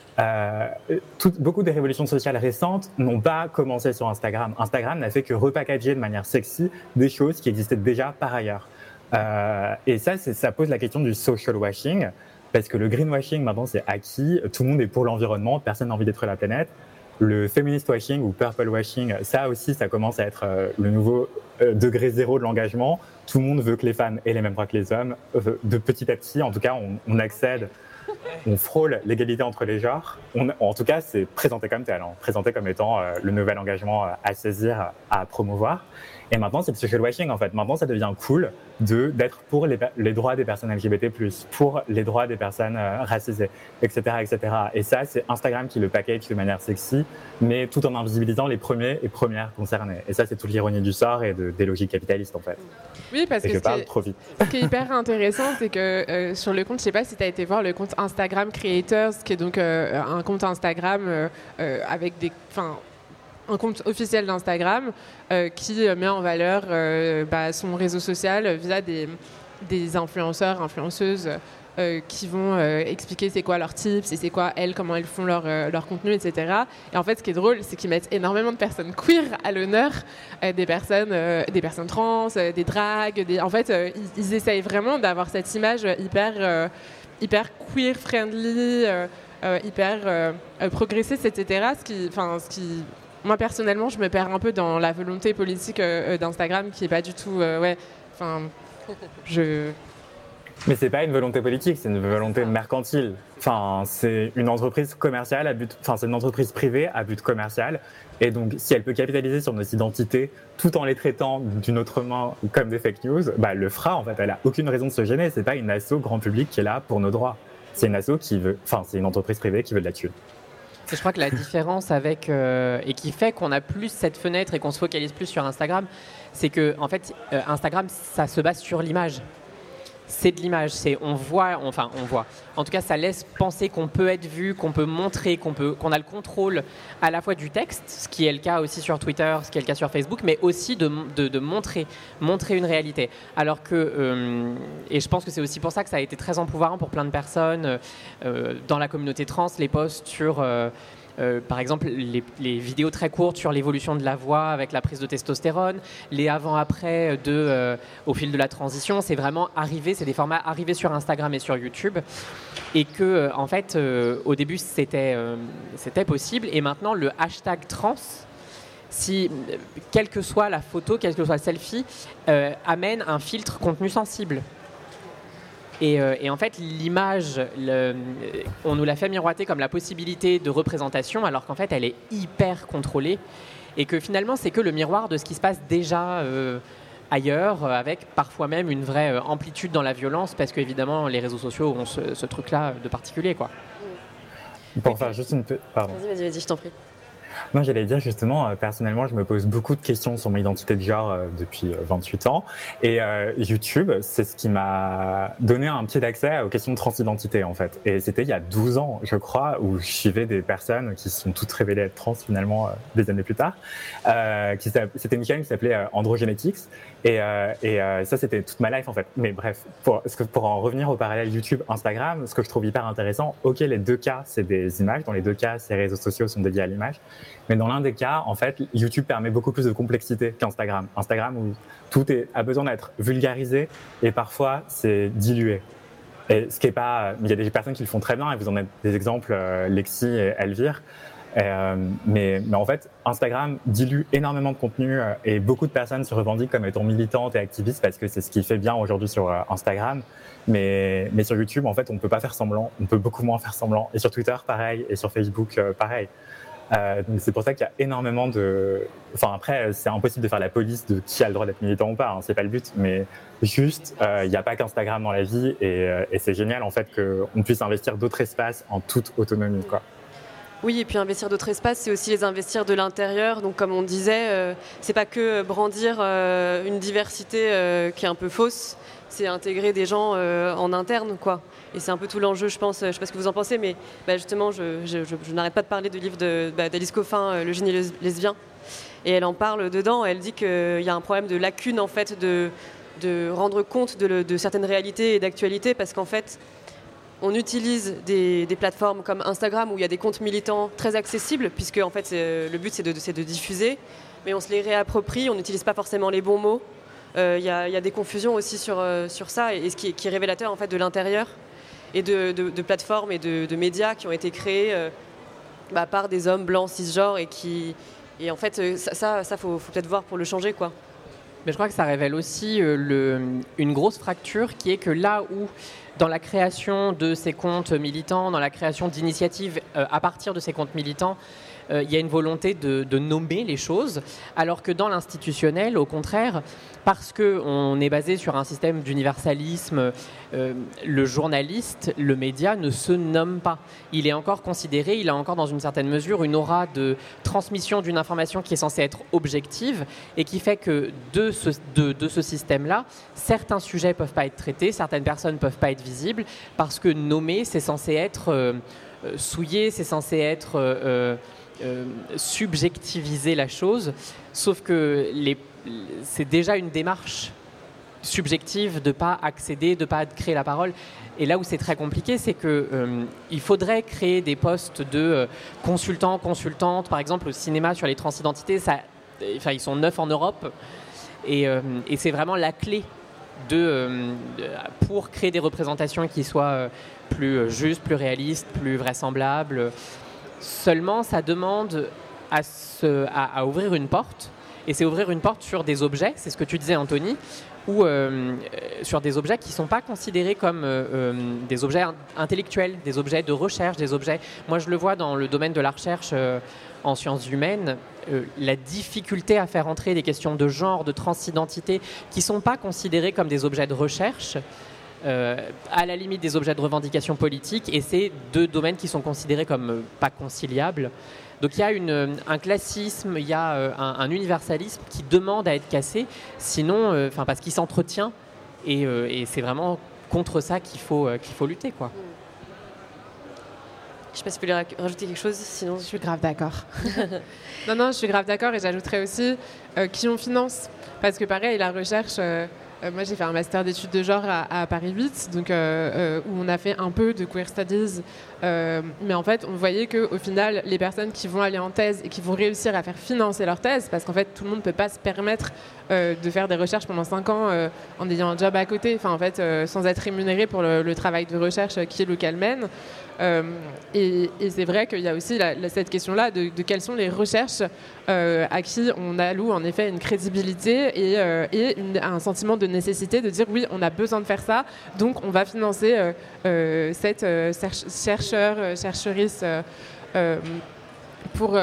Beaucoup des révolutions sociales récentes n'ont pas commencé sur Instagram. Instagram n'a fait que repackager de manière sexy des choses qui existaient déjà par ailleurs. Et ça pose la question du social washing. Parce que le greenwashing, maintenant, c'est acquis. Tout le monde est pour l'environnement. Personne n'a envie de détruire la planète. Le feminist washing ou purple washing, ça aussi, ça commence à être le nouveau degré zéro de l'engagement. Tout le monde veut que les femmes aient les mêmes droits que les hommes. De petit à petit, en tout cas, on accède on frôle l'égalité entre les genres. En tout cas, c'est présenté comme tel, présenté comme étant le nouvel engagement à saisir, à promouvoir. Et maintenant, c'est le social washing, en fait. Maintenant, ça devient cool d'être pour les droits des personnes LGBT+, pour les droits des personnes racisées, etc., etc. Et ça, c'est Instagram qui le package de manière sexy, mais tout en invisibilisant les premiers et premières concernés. Et ça, c'est toute l'ironie du sort et des logiques capitalistes, en fait. Oui, parce que je parle trop vite. Ce qui est hyper intéressant, c'est que sur le compte, je ne sais pas si tu as été voir le compte Instagram Creators, qui est donc un compte Instagram avec un compte officiel d'Instagram qui met en valeur son réseau social via des influenceurs, influenceuses qui vont expliquer c'est quoi leurs tips et c'est quoi comment elles font leur contenu, etc. Et en fait, ce qui est drôle, c'est qu'ils mettent énormément de personnes queer à l'honneur, des personnes trans, des drags. En fait, ils essayent vraiment d'avoir cette image hyper queer friendly, hyper progressiste, etc. Ce qui moi, personnellement, je me perds un peu dans la volonté politique d'Instagram qui n'est pas du tout... Mais c'est pas une volonté politique, c'est une volonté mercantile. C'est une entreprise commerciale c'est une entreprise privée à but commercial. Et donc, si elle peut capitaliser sur nos identités tout en les traitant d'une autre main comme des fake news, elle le fera, en fait. Elle a aucune raison de se gêner. C'est pas une asso grand public qui est là pour nos droits. C'est une asso c'est une entreprise privée qui veut de la thune. Je crois que la différence et qui fait qu'on a plus cette fenêtre et qu'on se focalise plus sur Instagram, c'est que en fait, Instagram, ça se base sur l'image. C'est de l'image, on voit. En tout cas, ça laisse penser qu'on peut être vu, qu'on peut montrer, qu'on a le contrôle à la fois du texte, ce qui est le cas aussi sur Twitter, ce qui est le cas sur Facebook, mais aussi de montrer une réalité. Alors que, et je pense que c'est aussi pour ça que ça a été très empouvoirant pour plein de personnes dans la communauté trans, les posts sur... par exemple, les vidéos très courtes sur l'évolution de la voix avec la prise de testostérone, les avant-après au fil de la transition, c'est vraiment arrivé, c'est des formats arrivés sur Instagram et sur YouTube, et que en fait, au début, c'était possible, et maintenant le hashtag trans, quelle que soit la photo, quel que soit le selfie, amène un filtre contenu sensible. Et en fait, l'image, on nous l'a fait miroiter comme la possibilité de représentation, alors qu'en fait, elle est hyper contrôlée. Et que finalement, c'est que le miroir de ce qui se passe déjà ailleurs, avec parfois même une vraie amplitude dans la violence, parce qu'évidemment, les réseaux sociaux ont ce truc-là de particulier, quoi. Pour faire juste une petite... Pardon. Vas-y, je t'en prie. Moi, j'allais dire justement, personnellement, je me pose beaucoup de questions sur mon identité de genre depuis 28 ans. Et YouTube, c'est ce qui m'a donné un pied d'accès aux questions de transidentité, en fait. Et c'était il y a 12 ans, je crois, où je suivais des personnes qui se sont toutes révélées être trans, finalement, des années plus tard. C'était une chaîne qui s'appelait Androgenetics. Et ça, c'était toute ma life, en fait. Mais bref, pour en revenir au parallèle YouTube-Instagram, ce que je trouve hyper intéressant, ok, les deux cas, c'est des images. Dans les deux cas, ces réseaux sociaux sont dédiés à l'image. Mais dans l'un des cas, en fait, YouTube permet beaucoup plus de complexité qu'Instagram. Instagram, où tout a besoin d'être vulgarisé et parfois c'est dilué. Et ce qui est pas, il y a des personnes qui le font très bien et vous en avez des exemples, Lexi et Elvire. Mais en fait, Instagram dilue énormément de contenu et beaucoup de personnes se revendiquent comme étant militantes et activistes parce que c'est ce qui fait bien aujourd'hui sur Instagram. Mais sur YouTube, en fait, on ne peut pas faire semblant. On peut beaucoup moins faire semblant. Et sur Twitter, pareil. Et sur Facebook, pareil. Donc c'est pour ça qu'il y a énormément de... Enfin après, c'est impossible de faire la police de qui a le droit d'être militant ou pas, hein, c'est pas le but, mais juste, il n'y a pas qu'Instagram dans la vie et c'est génial en fait qu'on puisse investir d'autres espaces en toute autonomie, quoi. Oui, et puis investir d'autres espaces, c'est aussi les investir de l'intérieur. Donc comme on disait, c'est pas que brandir une diversité qui est un peu fausse, c'est intégrer des gens en interne, quoi. Et c'est un peu tout l'enjeu, je pense. Je ne sais pas ce que vous en pensez, mais justement, je n'arrête pas de parler du livre d'Alice Coffin, Le génie lesbien. Et elle en parle dedans. Elle dit qu'il y a un problème de lacune, en fait, de rendre compte de certaines réalités et d'actualités, parce qu'en fait, on utilise des plateformes comme Instagram, où il y a des comptes militants très accessibles, puisque en fait, le but, c'est de diffuser, mais on se les réapproprie, on n'utilise pas forcément les bons mots. Il y a des confusions aussi sur ça, et ce qui est révélateur en fait, de l'intérieur et de plateformes et de médias qui ont été créés par des hommes blancs cisgenres et en fait ça faut peut-être voir pour le changer, quoi. Mais je crois que ça révèle aussi une grosse fracture qui est que là où, dans la création de ces comptes militants, dans la création d'initiatives à partir de ces comptes militants, il y a une volonté de nommer les choses, alors que dans l'institutionnel, au contraire, parce qu'on est basé sur un système d'universalisme, le journaliste, le média ne se nomme pas. Il est encore considéré, il a encore dans une certaine mesure une aura de transmission d'une information qui est censée être objective et qui fait que de ce système-là, certains sujets ne peuvent pas être traités, certaines personnes ne peuvent pas être visibles, parce que nommer, c'est censé être souillé, c'est censé être subjectiviser la chose, sauf que c'est déjà une démarche subjective de ne pas accéder, de ne pas créer la parole. Et là où c'est très compliqué, c'est qu'il faudrait créer des postes de consultants, consultantes, par exemple au cinéma sur les transidentités, ils sont 9 en Europe, et c'est vraiment la clé pour créer des représentations qui soient plus justes, plus réalistes, plus vraisemblables. Seulement, ça demande à ouvrir une porte, et c'est ouvrir une porte sur des objets, c'est ce que tu disais Anthony, ou sur des objets qui ne sont pas considérés comme des objets intellectuels, des objets de recherche, des objets... Moi, je le vois dans le domaine de la recherche en sciences humaines, la difficulté à faire entrer des questions de genre, de transidentité, qui ne sont pas considérés comme des objets de recherche, à la limite des objets de revendication politique, et c'est 2 domaines qui sont considérés comme pas conciliables. Donc il y a un classisme, il y a un universalisme qui demande à être cassé, sinon, parce qu'il s'entretient, et c'est vraiment contre ça qu'il faut lutter, quoi. Je ne sais pas si tu peux rajouter quelque chose, sinon... Je suis grave d'accord. Non, je suis grave d'accord, et j'ajouterais aussi qui on finance. Parce que pareil, la recherche... moi, j'ai fait un master d'études de genre à Paris 8, donc, où on a fait un peu de queer studies. Mais en fait, on voyait qu'au final, les personnes qui vont aller en thèse et qui vont réussir à faire financer leur thèse, parce qu'en fait, tout le monde ne peut pas se permettre de faire des recherches pendant 5 ans en ayant un job à côté, sans être rémunéré pour le travail de recherche qui est le qu'elle mène. Et c'est vrai qu'il y a aussi cette question-là de quelles sont les recherches à qui on alloue en effet une crédibilité et un sentiment de nécessité de dire oui, on a besoin de faire ça, donc on va financer cette chercheuse pour...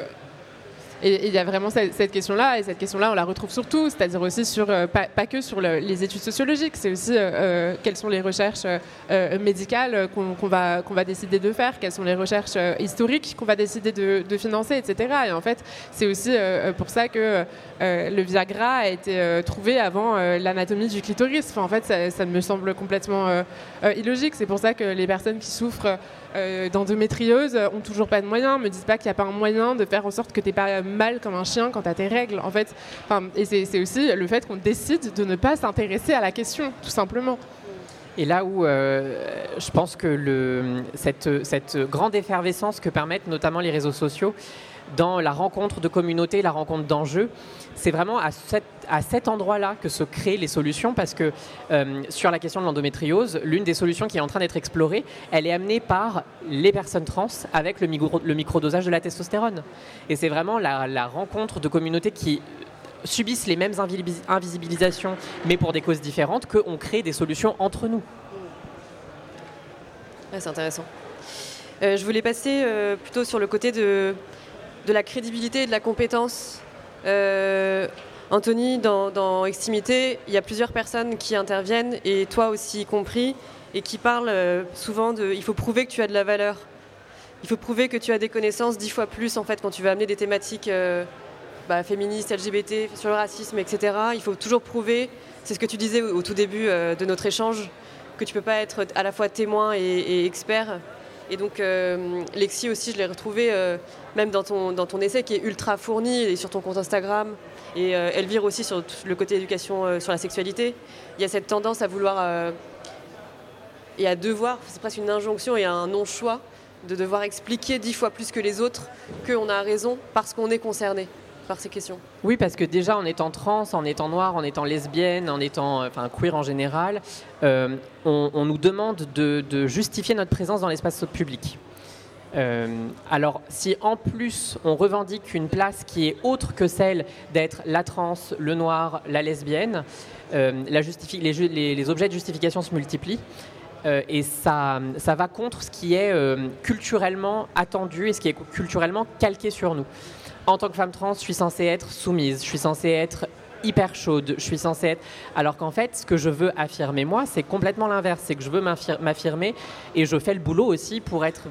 Et il y a vraiment cette question-là, et cette question-là, on la retrouve surtout, c'est-à-dire aussi pas que sur les études sociologiques, c'est aussi quelles sont les recherches médicales qu'on va décider de faire, quelles sont les recherches historiques qu'on va décider de financer, etc. Et en fait, c'est aussi pour ça que le Viagra a été trouvé avant l'anatomie du clitoris. En fait, ça me semble complètement illogique. C'est pour ça que les personnes qui souffrent d'endométriose ont toujours pas de moyens, me disent pas qu'il n'y a pas un moyen de faire en sorte que tu n'aies pas mal comme un chien quand tu as tes règles. En fait, et c'est aussi le fait qu'on décide de ne pas s'intéresser à la question, tout simplement. Et là où je pense que cette grande effervescence que permettent notamment les réseaux sociaux dans la rencontre de communautés, la rencontre d'enjeux, c'est vraiment à cet endroit-là que se créent les solutions, parce que sur la question de l'endométriose, l'une des solutions qui est en train d'être explorée, elle est amenée par les personnes trans avec le microdosage de la testostérone. Et c'est vraiment la rencontre de communautés qui subissent les mêmes invisibilisations, mais pour des causes différentes, qu'on crée des solutions entre nous. Ouais, c'est intéressant. Je voulais passer plutôt sur le côté de la crédibilité et de la compétence. Anthony, dans Extimité, il y a plusieurs personnes qui interviennent, et toi aussi y compris, et qui parlent souvent de « il faut prouver que tu as de la valeur ». Il faut prouver que tu as des connaissances 10 fois plus en fait, quand tu vas amener des thématiques féministes, LGBT, sur le racisme, etc. Il faut toujours prouver, c'est ce que tu disais au tout début de notre échange, que tu ne peux pas être à la fois témoin et expert. Et donc Lexi aussi, je l'ai retrouvée même dans ton essai qui est ultra fourni, et sur ton compte Instagram, et Elvire aussi sur le côté éducation sur la sexualité. Il y a cette tendance à vouloir et à devoir, c'est presque une injonction et un non-choix, de devoir expliquer 10 fois plus que les autres qu'on a raison parce qu'on est concerné par ces questions. Oui, parce que déjà en étant trans, en étant noire, en étant lesbienne, en étant queer en général, on nous demande de justifier notre présence dans l'espace public. Alors, si en plus on revendique une place qui est autre que celle d'être la trans, le noir, la lesbienne, les objets de justification se multiplient. Et ça va contre ce qui est culturellement attendu et ce qui est culturellement calqué sur nous. En tant que femme trans, je suis censée être soumise, je suis censée être hyper chaude, je suis censée être... Alors qu'en fait, ce que je veux affirmer, moi, c'est complètement l'inverse. C'est que je veux m'affirmer et je fais le boulot aussi pour être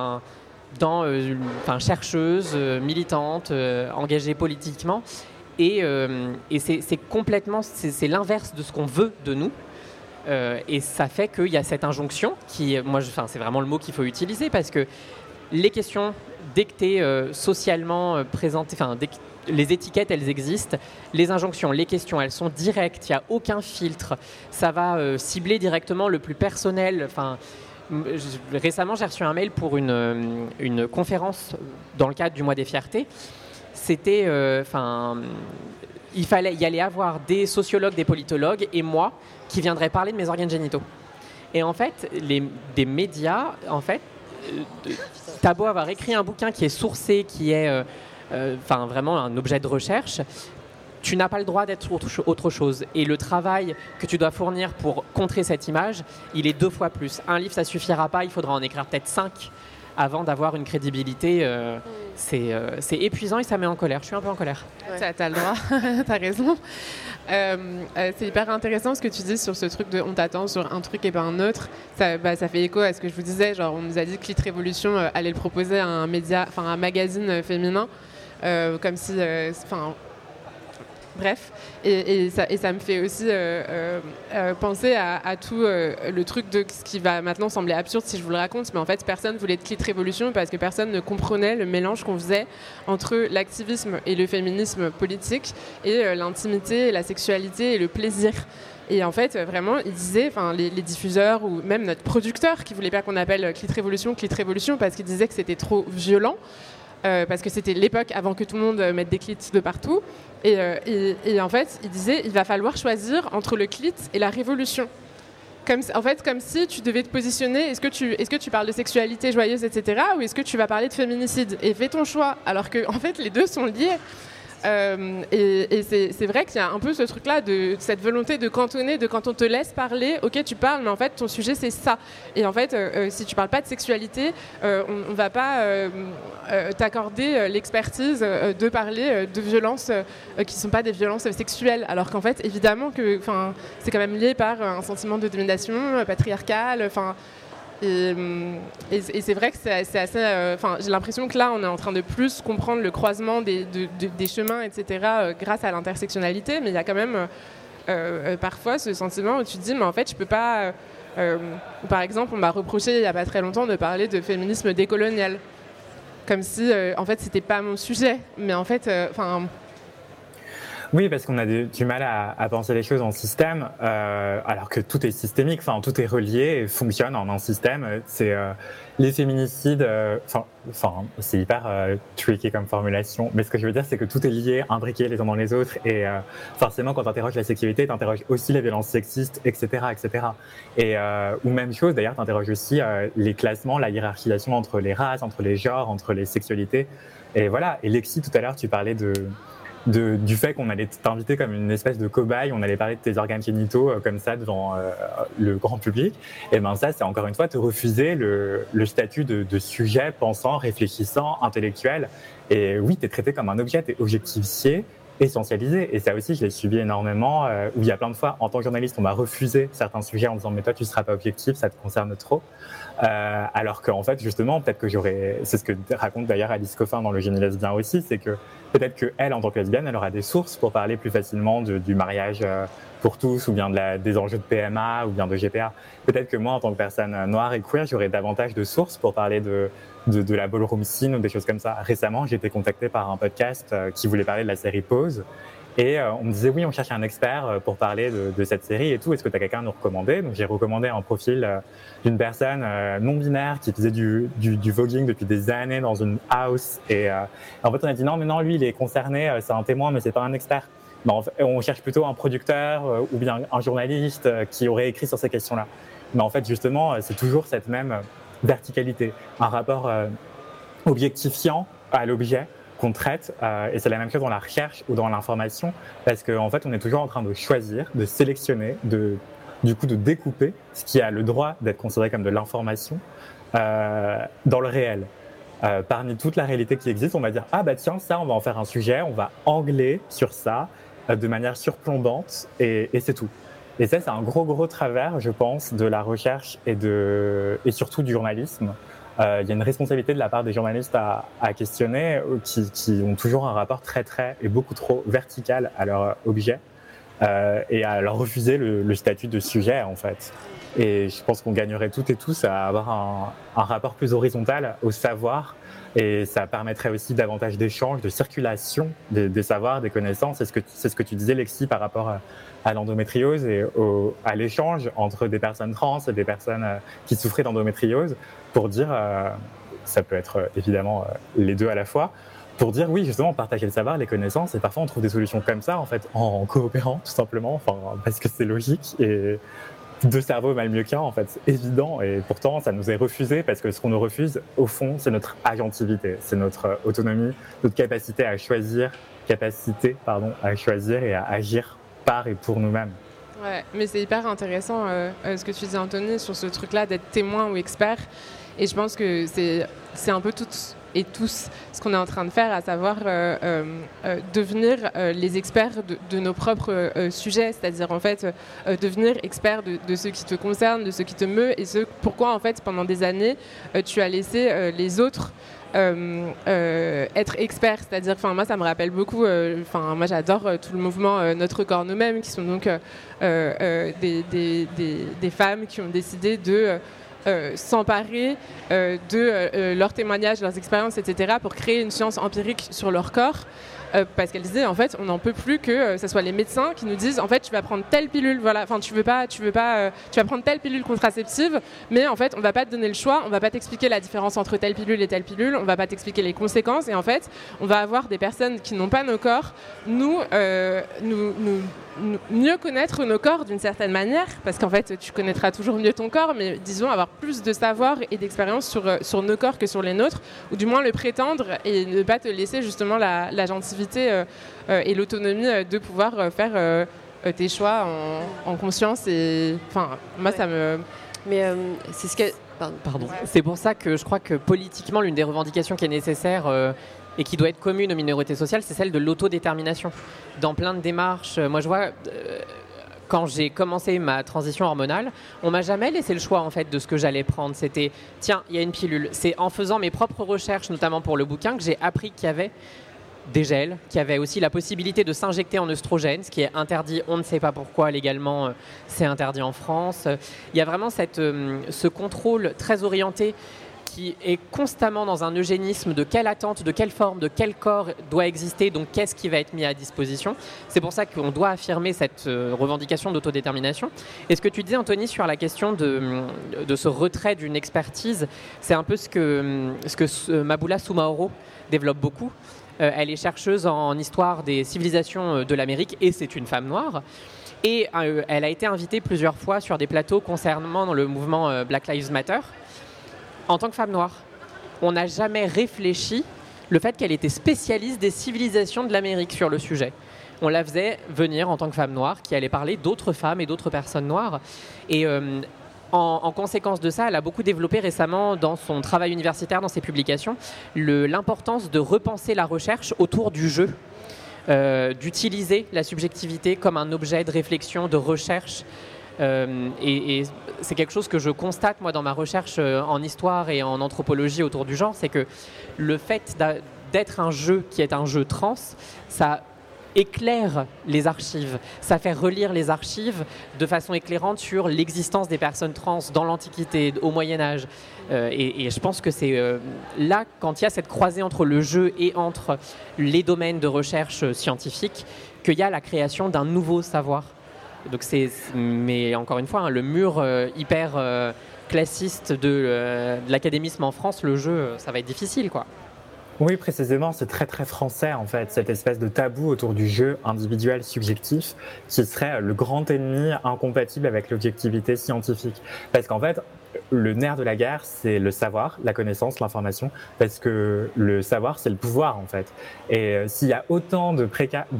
chercheuse, militante, engagée politiquement. Et c'est complètement... C'est l'inverse de ce qu'on veut de nous. Et ça fait qu'il y a cette injonction qui... c'est vraiment le mot qu'il faut utiliser parce que les questions, dès que tu es socialement présenté... Les étiquettes, elles existent. Les injonctions, les questions, elles sont directes. Il n'y a aucun filtre. Ça va cibler directement le plus personnel. Récemment, j'ai reçu un mail pour une conférence dans le cadre du mois des fiertés. C'était... il allait avoir des sociologues, des politologues et moi qui viendraient parler de mes organes génitaux. Et en fait, des médias, t'as beau avoir écrit un bouquin qui est sourcé, qui est... vraiment un objet de recherche, tu n'as pas le droit d'être autre chose. Et le travail que tu dois fournir pour contrer cette image, il est 2 fois plus. Un livre, ça suffira pas, il faudra en écrire peut-être 5 avant d'avoir une crédibilité. C'est épuisant et ça met en colère. Je suis un peu en colère. Ouais. T'as le droit, t'as raison. C'est hyper intéressant ce que tu dis sur ce truc de on t'attend sur un truc et pas un autre. Ça fait écho à ce que je vous disais. Genre, on nous a dit que Clit Révolution allait le proposer à un magazine féminin. Comme si... bref. Et ça me fait aussi penser à tout le truc de ce qui va maintenant sembler absurde si je vous le raconte, mais en fait, personne voulait de Clit Révolution parce que personne ne comprenait le mélange qu'on faisait entre l'activisme et le féminisme politique et l'intimité, et la sexualité et le plaisir. Et en fait, vraiment, ils disaient, les diffuseurs ou même notre producteur qui voulait pas qu'on appelle Clit Révolution, parce qu'il disait que c'était trop violent. Parce que c'était l'époque avant que tout le monde mette des clits de partout. Et en fait, il disait il va falloir choisir entre le clit et la révolution. Comme si tu devais te positionner, est-ce que tu parles de sexualité joyeuse, etc., ou est-ce que tu vas parler de féminicide ? Et fais ton choix, alors que en fait, les deux sont liés. Et c'est vrai qu'il y a un peu ce truc-là de cette volonté de cantonner, de quand on te laisse parler, ok tu parles, mais en fait ton sujet c'est ça. Et en fait, si tu parles pas de sexualité, on va pas t'accorder l'expertise de parler de violences qui sont pas des violences sexuelles. Alors qu'en fait, évidemment que, c'est quand même lié par un sentiment de domination patriarcale. Et c'est vrai que c'est assez... j'ai l'impression que là, on est en train de plus comprendre le croisement des chemins, etc., grâce à l'intersectionnalité. Mais il y a quand même parfois ce sentiment où tu te dis, mais en fait, je peux pas... par exemple, on m'a reproché il n'y a pas très longtemps de parler de féminisme décolonial. Comme si, en fait, c'était pas mon sujet. Mais en fait... Oui, parce qu'on a du mal à penser les choses en système, alors que tout est systémique, tout est relié et fonctionne en un système. C'est les féminicides, c'est hyper tricky comme formulation, mais ce que je veux dire, c'est que tout est lié, imbriqué les uns dans les autres, et forcément, quand tu interroges la sexualité, tu interroges aussi les violences sexistes, etc., etc. Et ou même chose, d'ailleurs, tu interroges aussi les classements, la hiérarchisation entre les races, entre les genres, entre les sexualités. Et voilà. Et Lexi, tout à l'heure, tu parlais du fait qu'on allait t'inviter comme une espèce de cobaye, on allait parler de tes organes génitaux comme ça devant le grand public. Et ben ça, c'est encore une fois te refuser le statut de sujet pensant, réfléchissant, intellectuel. Et oui, t'es traité comme un objet, t'es objectifié, essentialisé. Et ça aussi, je l'ai subi énormément, où il y a plein de fois, en tant que journaliste, on m'a refusé certains sujets en disant « mais toi, tu seras pas objectif, ça te concerne trop ». Alors qu'en fait, justement, peut-être que c'est ce que raconte d'ailleurs Alice Coffin dans Le Génie lesbien aussi, c'est que peut-être qu'elle, en tant que lesbienne, elle aura des sources pour parler plus facilement du mariage pour tous, ou bien des enjeux de PMA, ou bien de GPA. Peut-être que moi, en tant que personne noire et queer, j'aurais davantage de sources pour parler de la ballroom scene ou des choses comme ça. Récemment, j'ai été contacté par un podcast qui voulait parler de la série Pause. Et on me disait, oui, on cherche un expert pour parler de cette série et tout. Est-ce que tu as quelqu'un à nous recommander ? Donc, j'ai recommandé un profil d'une personne non-binaire qui faisait du voguing depuis des années dans une house. Et en fait, on a dit, non, lui, il est concerné, c'est un témoin, mais c'est pas un expert. Mais en fait, on cherche plutôt un producteur ou bien un journaliste qui aurait écrit sur ces questions-là. Mais en fait, justement, c'est toujours cette même verticalité, un rapport objectifiant à l'objet qu'on traite, et c'est la même chose dans la recherche ou dans l'information, parce qu'en fait, on est toujours en train de choisir, de sélectionner, du coup de découper ce qui a le droit d'être considéré comme de l'information dans le réel. Parmi toute la réalité qui existe, on va dire « Ah bah tiens, ça, on va en faire un sujet, on va angler sur ça de manière surplombante, et c'est tout ». Et ça, c'est un gros travers, je pense, de la recherche et surtout du journalisme. Il y a une responsabilité de la part des journalistes à questionner, qui ont toujours un rapport très et beaucoup trop vertical à leur objet, et à leur refuser le statut de sujet, en fait. Et je pense qu'on gagnerait toutes et tous à avoir un rapport plus horizontal au savoir, et ça permettrait aussi davantage d'échanges, de circulation des savoirs, des connaissances. C'est ce que tu disais, Lexi, par rapport à l'endométriose et à l'échange entre des personnes trans et des personnes qui souffraient d'endométriose, pour dire, ça peut être évidemment les deux à la fois, pour dire oui, justement, partager le savoir, les connaissances, et parfois on trouve des solutions comme ça, en fait, en coopérant, tout simplement, parce que c'est logique, et deux cerveaux mal mieux qu'un, en fait, c'est évident, et pourtant ça nous est refusé, parce que ce qu'on nous refuse, au fond, c'est notre agentivité, c'est notre autonomie, notre capacité à choisir et à agir par et pour nous-mêmes. Ouais, mais c'est hyper intéressant ce que tu dis, Anthony, sur ce truc-là d'être témoin ou expert. Et je pense que c'est un peu toutes et tous ce qu'on est en train de faire, à savoir devenir les experts de nos propres sujets, c'est-à-dire en fait devenir expert de ce qui te concerne, de ce qui te meut, et pourquoi en fait pendant des années tu as laissé les autres être expert, c'est-à-dire, moi ça me rappelle beaucoup, moi j'adore tout le mouvement Notre corps nous-mêmes, qui sont donc des femmes qui ont décidé de s'emparer de leurs témoignages, leurs expériences, etc., pour créer une science empirique sur leur corps. Parce qu'elle disait, en fait, on n'en peut plus que ce soit les médecins qui nous disent, en fait, tu vas prendre telle pilule, voilà, tu vas prendre telle pilule contraceptive, mais en fait, on va pas te donner le choix, on va pas t'expliquer la différence entre telle pilule et telle pilule, on va pas t'expliquer les conséquences, et en fait, on va avoir des personnes qui n'ont pas nos corps, mieux connaître nos corps d'une certaine manière, parce qu'en fait, tu connaîtras toujours mieux ton corps, mais disons avoir plus de savoir et d'expérience sur nos corps que sur les nôtres, ou du moins le prétendre, et ne pas te laisser justement la gentilité et l'autonomie de pouvoir faire tes choix en conscience. Et moi, ça me... Mais c'est ce que... Pardon. C'est pour ça que je crois que politiquement, l'une des revendications qui est nécessaire et qui doit être commune aux minorités sociales, c'est celle de l'autodétermination. Dans plein de démarches, moi je vois... Quand j'ai commencé ma transition hormonale, on m'a jamais laissé le choix en fait de ce que j'allais prendre. C'était tiens, il y a une pilule. C'est en faisant mes propres recherches, notamment pour le bouquin, que j'ai appris qu'il y avait des gels, qu'il y avait aussi la possibilité de s'injecter en œstrogène, ce qui est interdit, on ne sait pas pourquoi, légalement, c'est interdit en France. Il y a vraiment ce contrôle très orienté qui est constamment dans un eugénisme de quelle attente, de quelle forme, de quel corps doit exister, donc qu'est-ce qui va être mis à disposition. C'est pour ça qu'on doit affirmer cette revendication d'autodétermination. Et ce que tu disais, Anthony, sur la question de ce retrait d'une expertise, c'est un peu ce que Mabula Soumaoro développe beaucoup. Elle est chercheuse en histoire des civilisations de l'Amérique, et c'est une femme noire. Et elle a été invitée plusieurs fois sur des plateaux concernant le mouvement Black Lives Matter. En tant que femme noire, on n'a jamais réfléchi le fait qu'elle était spécialiste des civilisations de l'Amérique sur le sujet. On la faisait venir en tant que femme noire qui allait parler d'autres femmes et d'autres personnes noires. Et en conséquence de ça, elle a beaucoup développé récemment dans son travail universitaire, dans ses publications, l'importance de repenser la recherche autour du jeu, d'utiliser la subjectivité comme un objet de réflexion, de recherche. Et c'est quelque chose que je constate moi dans ma recherche en histoire et en anthropologie autour du genre, c'est que le fait d'être un jeu qui est un jeu trans, ça éclaire les archives, ça fait relire les archives de façon éclairante sur l'existence des personnes trans dans l'Antiquité, au Moyen-Âge. Et je pense que c'est là, quand il y a cette croisée entre le jeu et entre les domaines de recherche scientifique, qu'il y a la création d'un nouveau savoir. Donc mais encore une fois, le mur hyper classiste de l'académisme en France, le jeu, ça va être difficile, quoi. Oui, précisément, c'est très très français en fait, cette espèce de tabou autour du jeu individuel subjectif qui serait le grand ennemi incompatible avec l'objectivité scientifique. Parce qu'en fait, le nerf de la guerre, c'est le savoir, la connaissance, l'information, parce que le savoir, c'est le pouvoir en fait. Et s'il y a autant de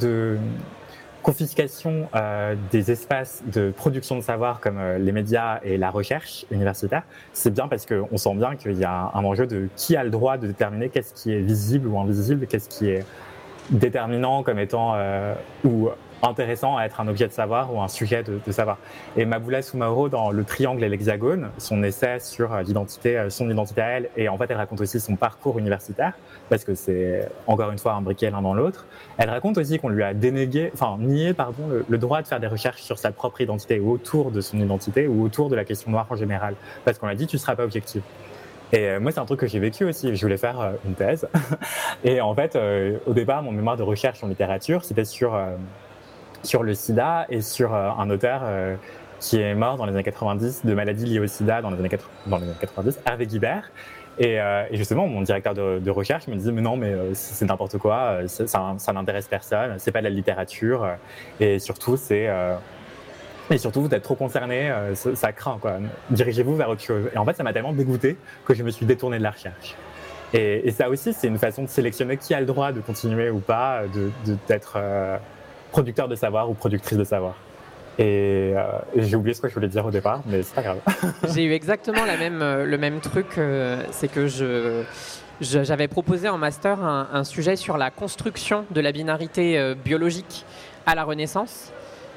confiscation des espaces de production de savoir comme les médias et la recherche universitaire, c'est bien parce qu'on sent bien qu'il y a un enjeu de qui a le droit de déterminer qu'est-ce qui est visible ou invisible, qu'est-ce qui est déterminant comme étant ou intéressant à être un objet de savoir ou un sujet de savoir. Et Maboula Soumaoro, dans Le Triangle et l'Hexagone, son essai sur l'identité, son identité à elle, et en fait elle raconte aussi son parcours universitaire, parce que c'est encore une fois imbriqué l'un dans l'autre. Elle raconte aussi qu'on lui a nié le droit de faire des recherches sur sa propre identité ou autour de son identité ou autour de la question noire en général, parce qu'on a dit tu ne seras pas objectif. Et moi, c'est un truc que j'ai vécu aussi. Je voulais faire une thèse. Et en fait, au départ, mon mémoire de recherche en littérature, c'était sur le sida et sur un auteur qui est mort dans les années 90 de maladies liées au sida dans les années 90, Hervé Guibert. Et justement, mon directeur de recherche me disait « Mais non, mais c'est n'importe quoi, ça n'intéresse personne, c'est pas de la littérature. Et surtout, vous êtes trop concerné, ça craint, quoi. Dirigez-vous vers autre chose. » Et en fait, ça m'a tellement dégoûté que je me suis détourné de la recherche. Et ça aussi, c'est une façon de sélectionner qui a le droit de continuer ou pas, d'être producteur de savoir ou productrice de savoir. Et j'ai oublié ce que je voulais dire au départ, mais c'est pas grave. J'ai eu exactement le même truc, c'est que j'avais proposé en master un sujet sur la construction de la binarité biologique à la Renaissance.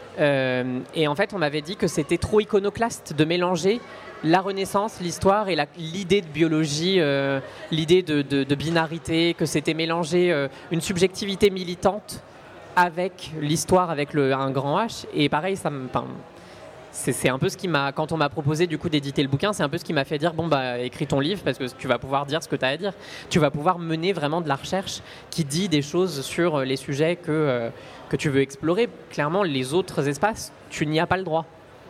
Et en fait, on m'avait dit que c'était trop iconoclaste de mélanger la Renaissance, l'histoire et l'idée de biologie, l'idée de binarité, que c'était mélanger une subjectivité militante avec l'histoire, avec un grand H. Et pareil, c'est un peu ce qui m'a, quand on m'a proposé du coup d'éditer le bouquin, c'est un peu ce qui m'a fait dire bon bah écris ton livre parce que tu vas pouvoir dire ce que tu as à dire. Tu vas pouvoir mener vraiment de la recherche qui dit des choses sur les sujets que tu veux explorer. Clairement, les autres espaces, tu n'y as pas le droit.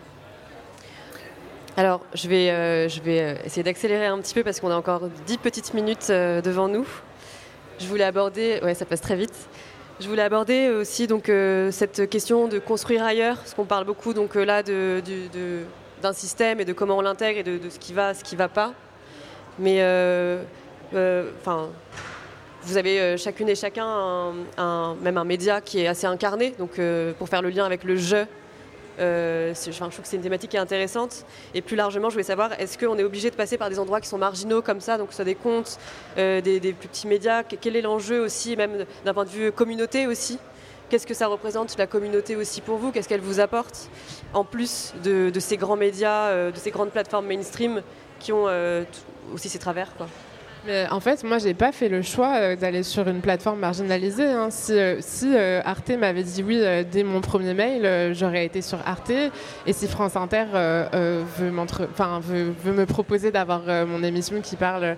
Alors, je vais essayer d'accélérer un petit peu parce qu'on a encore 10 petites minutes devant nous. Je voulais aborder, ouais, ça passe très vite. Je voulais aborder aussi donc, cette question de construire ailleurs, parce qu'on parle beaucoup donc, là d'un système et de comment on l'intègre et de ce qui va pas. Mais vous avez chacune et chacun même un média qui est assez incarné, donc pour faire le lien avec le jeu. Je trouve que c'est une thématique qui est intéressante. Et plus largement, je voulais savoir, est-ce qu'on est obligé de passer par des endroits qui sont marginaux comme ça, donc soit des comptes, des plus petits médias? Quel est l'enjeu aussi, même d'un point de vue communauté aussi? Qu'est-ce que ça représente, la communauté aussi pour vous? Qu'est-ce qu'elle vous apporte? En plus de ces grands médias, de ces grandes plateformes mainstream qui ont aussi ces travers, quoi. Mais en fait, moi, j'ai pas fait le choix d'aller sur une plateforme marginalisée. Hein. Si Arte m'avait dit oui dès mon premier mail, j'aurais été sur Arte. Et si France Inter veut me proposer d'avoir mon émission qui parle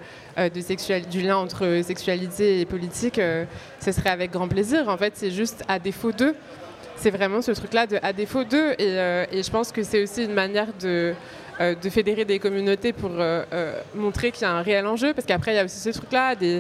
du lien entre sexualité et politique, ce serait avec grand plaisir. En fait, c'est juste à défaut d'eux. C'est vraiment ce truc-là de à défaut d'eux. Et je pense que c'est aussi une manière de fédérer des communautés pour montrer qu'il y a un réel enjeu, parce qu'après il y a aussi ce truc-là des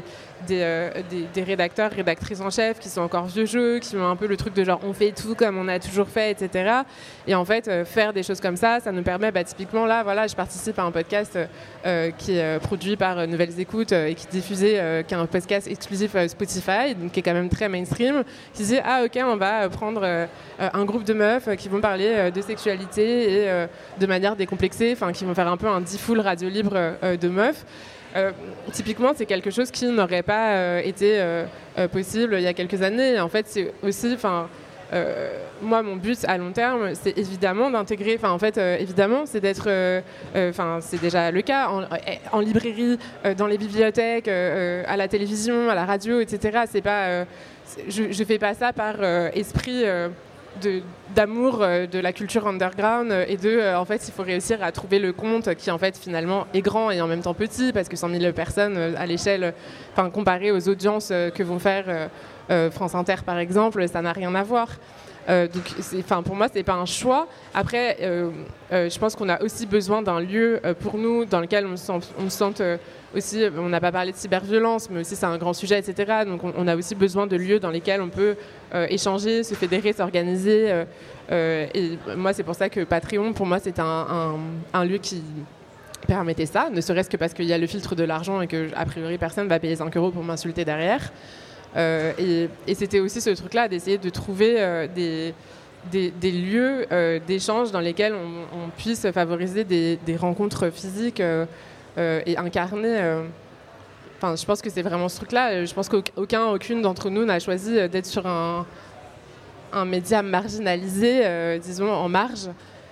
rédacteurs, rédactrices en chef qui sont encore vieux jeux, qui ont un peu le truc de genre on fait tout comme on a toujours fait, etc. Et en fait faire des choses comme ça nous permet typiquement là, voilà, je participe à un podcast qui est produit par Nouvelles Écoutes et qui est diffusé, qui est un podcast exclusif Spotify, donc qui est quand même très mainstream, qui dit ah ok, on va prendre un groupe de meufs qui vont parler de sexualité et de manière décomplexée, qui vont faire un peu un full radio libre de meufs. Typiquement, c'est quelque chose qui n'aurait pas été possible il y a quelques années. En fait, c'est aussi, moi, mon but à long terme, c'est évidemment d'intégrer. Évidemment, c'est d'être. C'est déjà le cas en librairie, dans les bibliothèques, à la télévision, à la radio, etc. C'est pas. Je fais pas ça par esprit. D'amour de la culture underground et en fait il faut réussir à trouver le compte qui en fait finalement est grand et en même temps petit, parce que 100 000 personnes à l'échelle, comparé aux audiences que vont faire France Inter par exemple, ça n'a rien à voir. Donc pour moi c'est pas un choix. Après je pense qu'on a aussi besoin d'un lieu pour nous dans lequel on se sente aussi, on n'a pas parlé de cyberviolence, mais aussi c'est un grand sujet, etc. Donc on a aussi besoin de lieux dans lesquels on peut échanger, se fédérer, s'organiser. Et moi c'est pour ça que Patreon, pour moi c'est un lieu permettait ça, ne serait-ce que parce qu'il y a le filtre de l'argent et que, a priori, personne ne va payer 5 € pour m'insulter derrière. Et c'était aussi ce truc-là d'essayer de trouver des lieux d'échange dans lesquels on puisse favoriser des rencontres physiques et incarner. Enfin, je pense que c'est vraiment ce truc-là. Je pense qu'aucune d'entre nous n'a choisi d'être sur un média marginalisé, disons, en marge.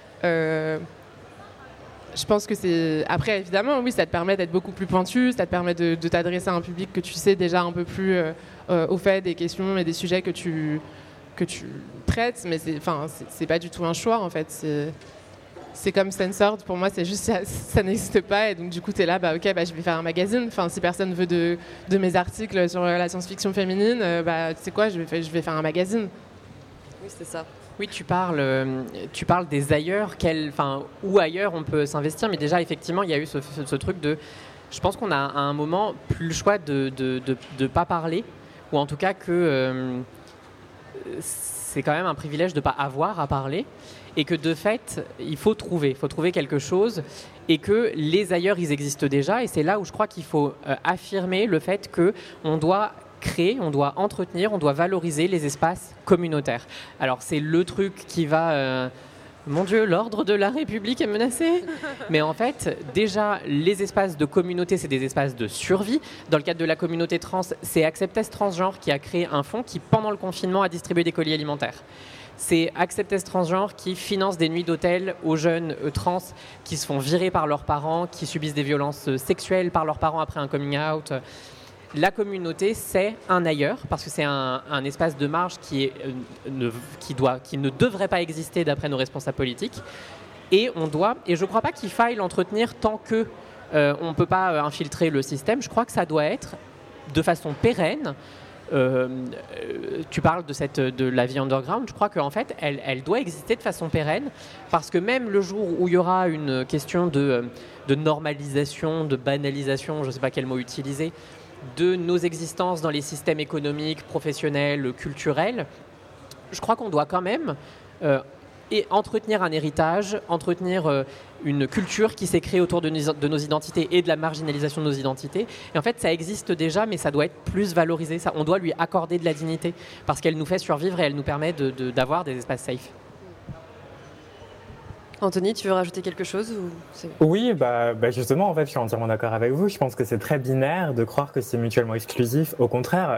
Je pense que c'est... Après, évidemment, oui, ça te permet d'être beaucoup plus pointu, ça te permet de t'adresser à un public que tu sais déjà un peu plus au fait des questions et des sujets que tu traites, mais c'est pas du tout un choix, en fait. C'est comme Censored, pour moi, c'est juste ça n'existe pas, et donc du coup, t'es là, je vais faire un magazine. Enfin, si personne veut de mes articles sur la science-fiction féminine, tu sais quoi, je vais faire un magazine. Oui, c'est ça. Oui, tu parles des ailleurs, où ailleurs on peut s'investir, mais déjà, effectivement, il y a eu ce truc de... Je pense qu'on a à un moment plus le choix de pas parler, ou en tout cas que c'est quand même un privilège de ne pas avoir à parler, et que de fait, il faut trouver quelque chose, et que les ailleurs, ils existent déjà, et c'est là où je crois qu'il faut affirmer le fait qu'on doit créer, on doit entretenir, on doit valoriser les espaces communautaires. Alors c'est le truc qui va... Mon Dieu, l'ordre de la République est menacé. Mais en fait, déjà, les espaces de communauté, c'est des espaces de survie. Dans le cadre de la communauté trans, c'est Acceptez Transgenre qui a créé un fonds qui, pendant le confinement, a distribué des colis alimentaires. C'est Acceptez Transgenre qui finance des nuits d'hôtel aux jeunes trans qui se font virer par leurs parents, qui subissent des violences sexuelles par leurs parents après un coming out. La communauté, c'est un ailleurs, parce que c'est un espace de marge qui ne devrait pas exister d'après nos responsables politiques. Et je ne crois pas qu'il faille l'entretenir tant qu'on ne peut pas infiltrer le système. Je crois que ça doit être de façon pérenne. Tu parles de la vie underground. Je crois qu'en fait, elle doit exister de façon pérenne, parce que même le jour où il y aura une question de normalisation, de banalisation, je ne sais pas quel mot utiliser, de nos existences dans les systèmes économiques, professionnels, culturels, je crois qu'on doit quand même entretenir un héritage, entretenir une culture qui s'est créée autour de nos identités et de la marginalisation de nos identités. Et en fait, ça existe déjà, mais ça doit être plus valorisé. On doit lui accorder de la dignité, parce qu'elle nous fait survivre et elle nous permet d'avoir des espaces safe. Anthony, tu veux rajouter quelque chose Oui, justement, en fait, je suis entièrement d'accord avec vous. Je pense que c'est très binaire de croire que c'est mutuellement exclusif. Au contraire,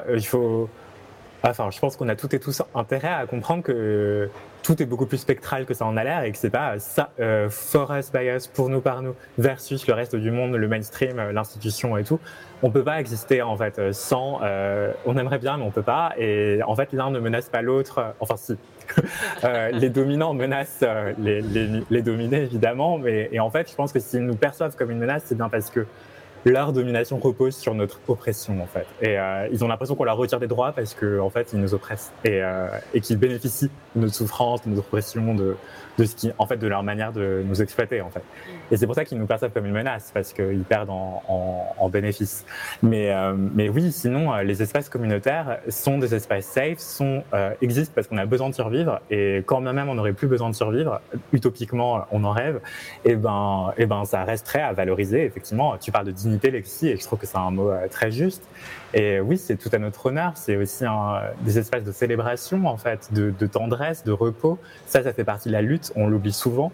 je pense qu'on a toutes et tous intérêt à comprendre que tout est beaucoup plus spectral que ça en a l'air, et que c'est pas ça, for us, by us, pour nous, par nous, versus le reste du monde, le mainstream, l'institution et tout. On peut pas exister, en fait, sans... on aimerait bien, mais on peut pas. Et en fait, l'un ne menace pas l'autre. Enfin, si. Les dominants menacent les dominés, évidemment. Et en fait, je pense que s'ils nous perçoivent comme une menace, c'est bien parce que leur domination repose sur notre oppression, en fait. Et ils ont l'impression qu'on leur retire des droits parce qu'en fait, ils nous oppressent et qu'ils bénéficient de notre souffrance, de notre oppression, de leur manière de nous exploiter, en fait. Et c'est pour ça qu'ils nous perçoivent comme une menace, parce qu'ils perdent en bénéfice. Mais oui, sinon, les espaces communautaires sont des espaces safe, existent parce qu'on a besoin de survivre. Et quand même on n'aurait plus besoin de survivre, utopiquement, on en rêve, et ben, ça resterait à valoriser. Effectivement, tu parles de dignité, Lexi, et je trouve que c'est un mot très juste. Et oui, c'est tout à notre honneur. C'est aussi des espaces de célébration, en fait, de tendresse, de repos. Ça fait partie de la lutte. On l'oublie souvent.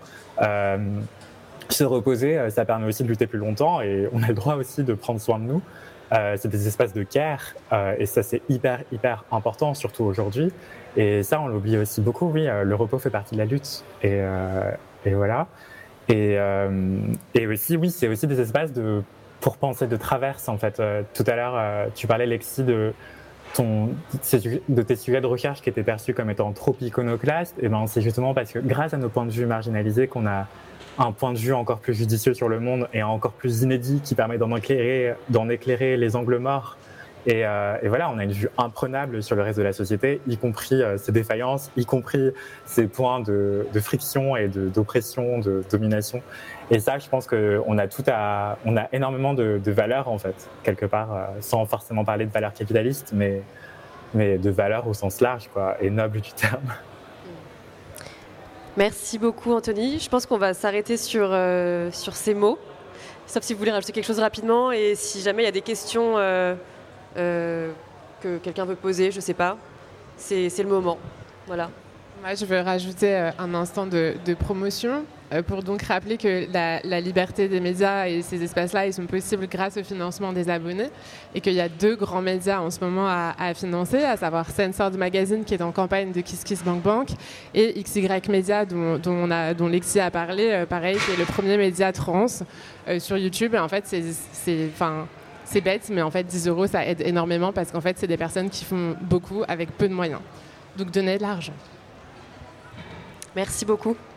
Se reposer, ça permet aussi de lutter plus longtemps, et on a le droit aussi de prendre soin de nous. C'est des espaces de care, et ça, c'est hyper, hyper important, surtout aujourd'hui. Et ça, on l'oublie aussi beaucoup. Oui, le repos fait partie de la lutte. Et voilà. Et aussi, oui, c'est aussi des espaces pour penser de traverse, en fait. Tout à l'heure, tu parlais, Lexi, de tes sujets de recherche qui étaient perçus comme étant trop iconoclastes. Et ben, c'est justement parce que grâce à nos points de vue marginalisés qu'on a un point de vue encore plus judicieux sur le monde et encore plus inédit qui permet d'en éclairer les angles morts. Et voilà, on a une vue imprenable sur le reste de la société, y compris ses défaillances, y compris ses points de friction et d'oppression, de domination. Et ça, je pense qu'on a énormément de valeurs, en fait, quelque part, sans forcément parler de valeurs capitalistes, mais de valeurs au sens large, quoi, et nobles du terme. Merci beaucoup, Anthony. Je pense qu'on va s'arrêter sur ces mots. sauf si vous voulez rajouter quelque chose rapidement et si jamais il y a des questions que quelqu'un veut poser, je ne sais pas, c'est le moment. Voilà. Moi, je veux rajouter un instant de promotion pour donc rappeler que la liberté des médias et ces espaces-là, ils sont possibles grâce au financement des abonnés et qu'il y a 2 grands médias en ce moment à financer, à savoir Censored Magazine qui est en campagne de KissKissBankBank et XY Media dont Lexi a parlé, pareil, qui est le premier média trans sur YouTube. Et en fait, c'est bête, mais en fait 10 €, ça aide énormément parce qu'en fait, c'est des personnes qui font beaucoup avec peu de moyens. Donc donnez de l'argent. Merci beaucoup.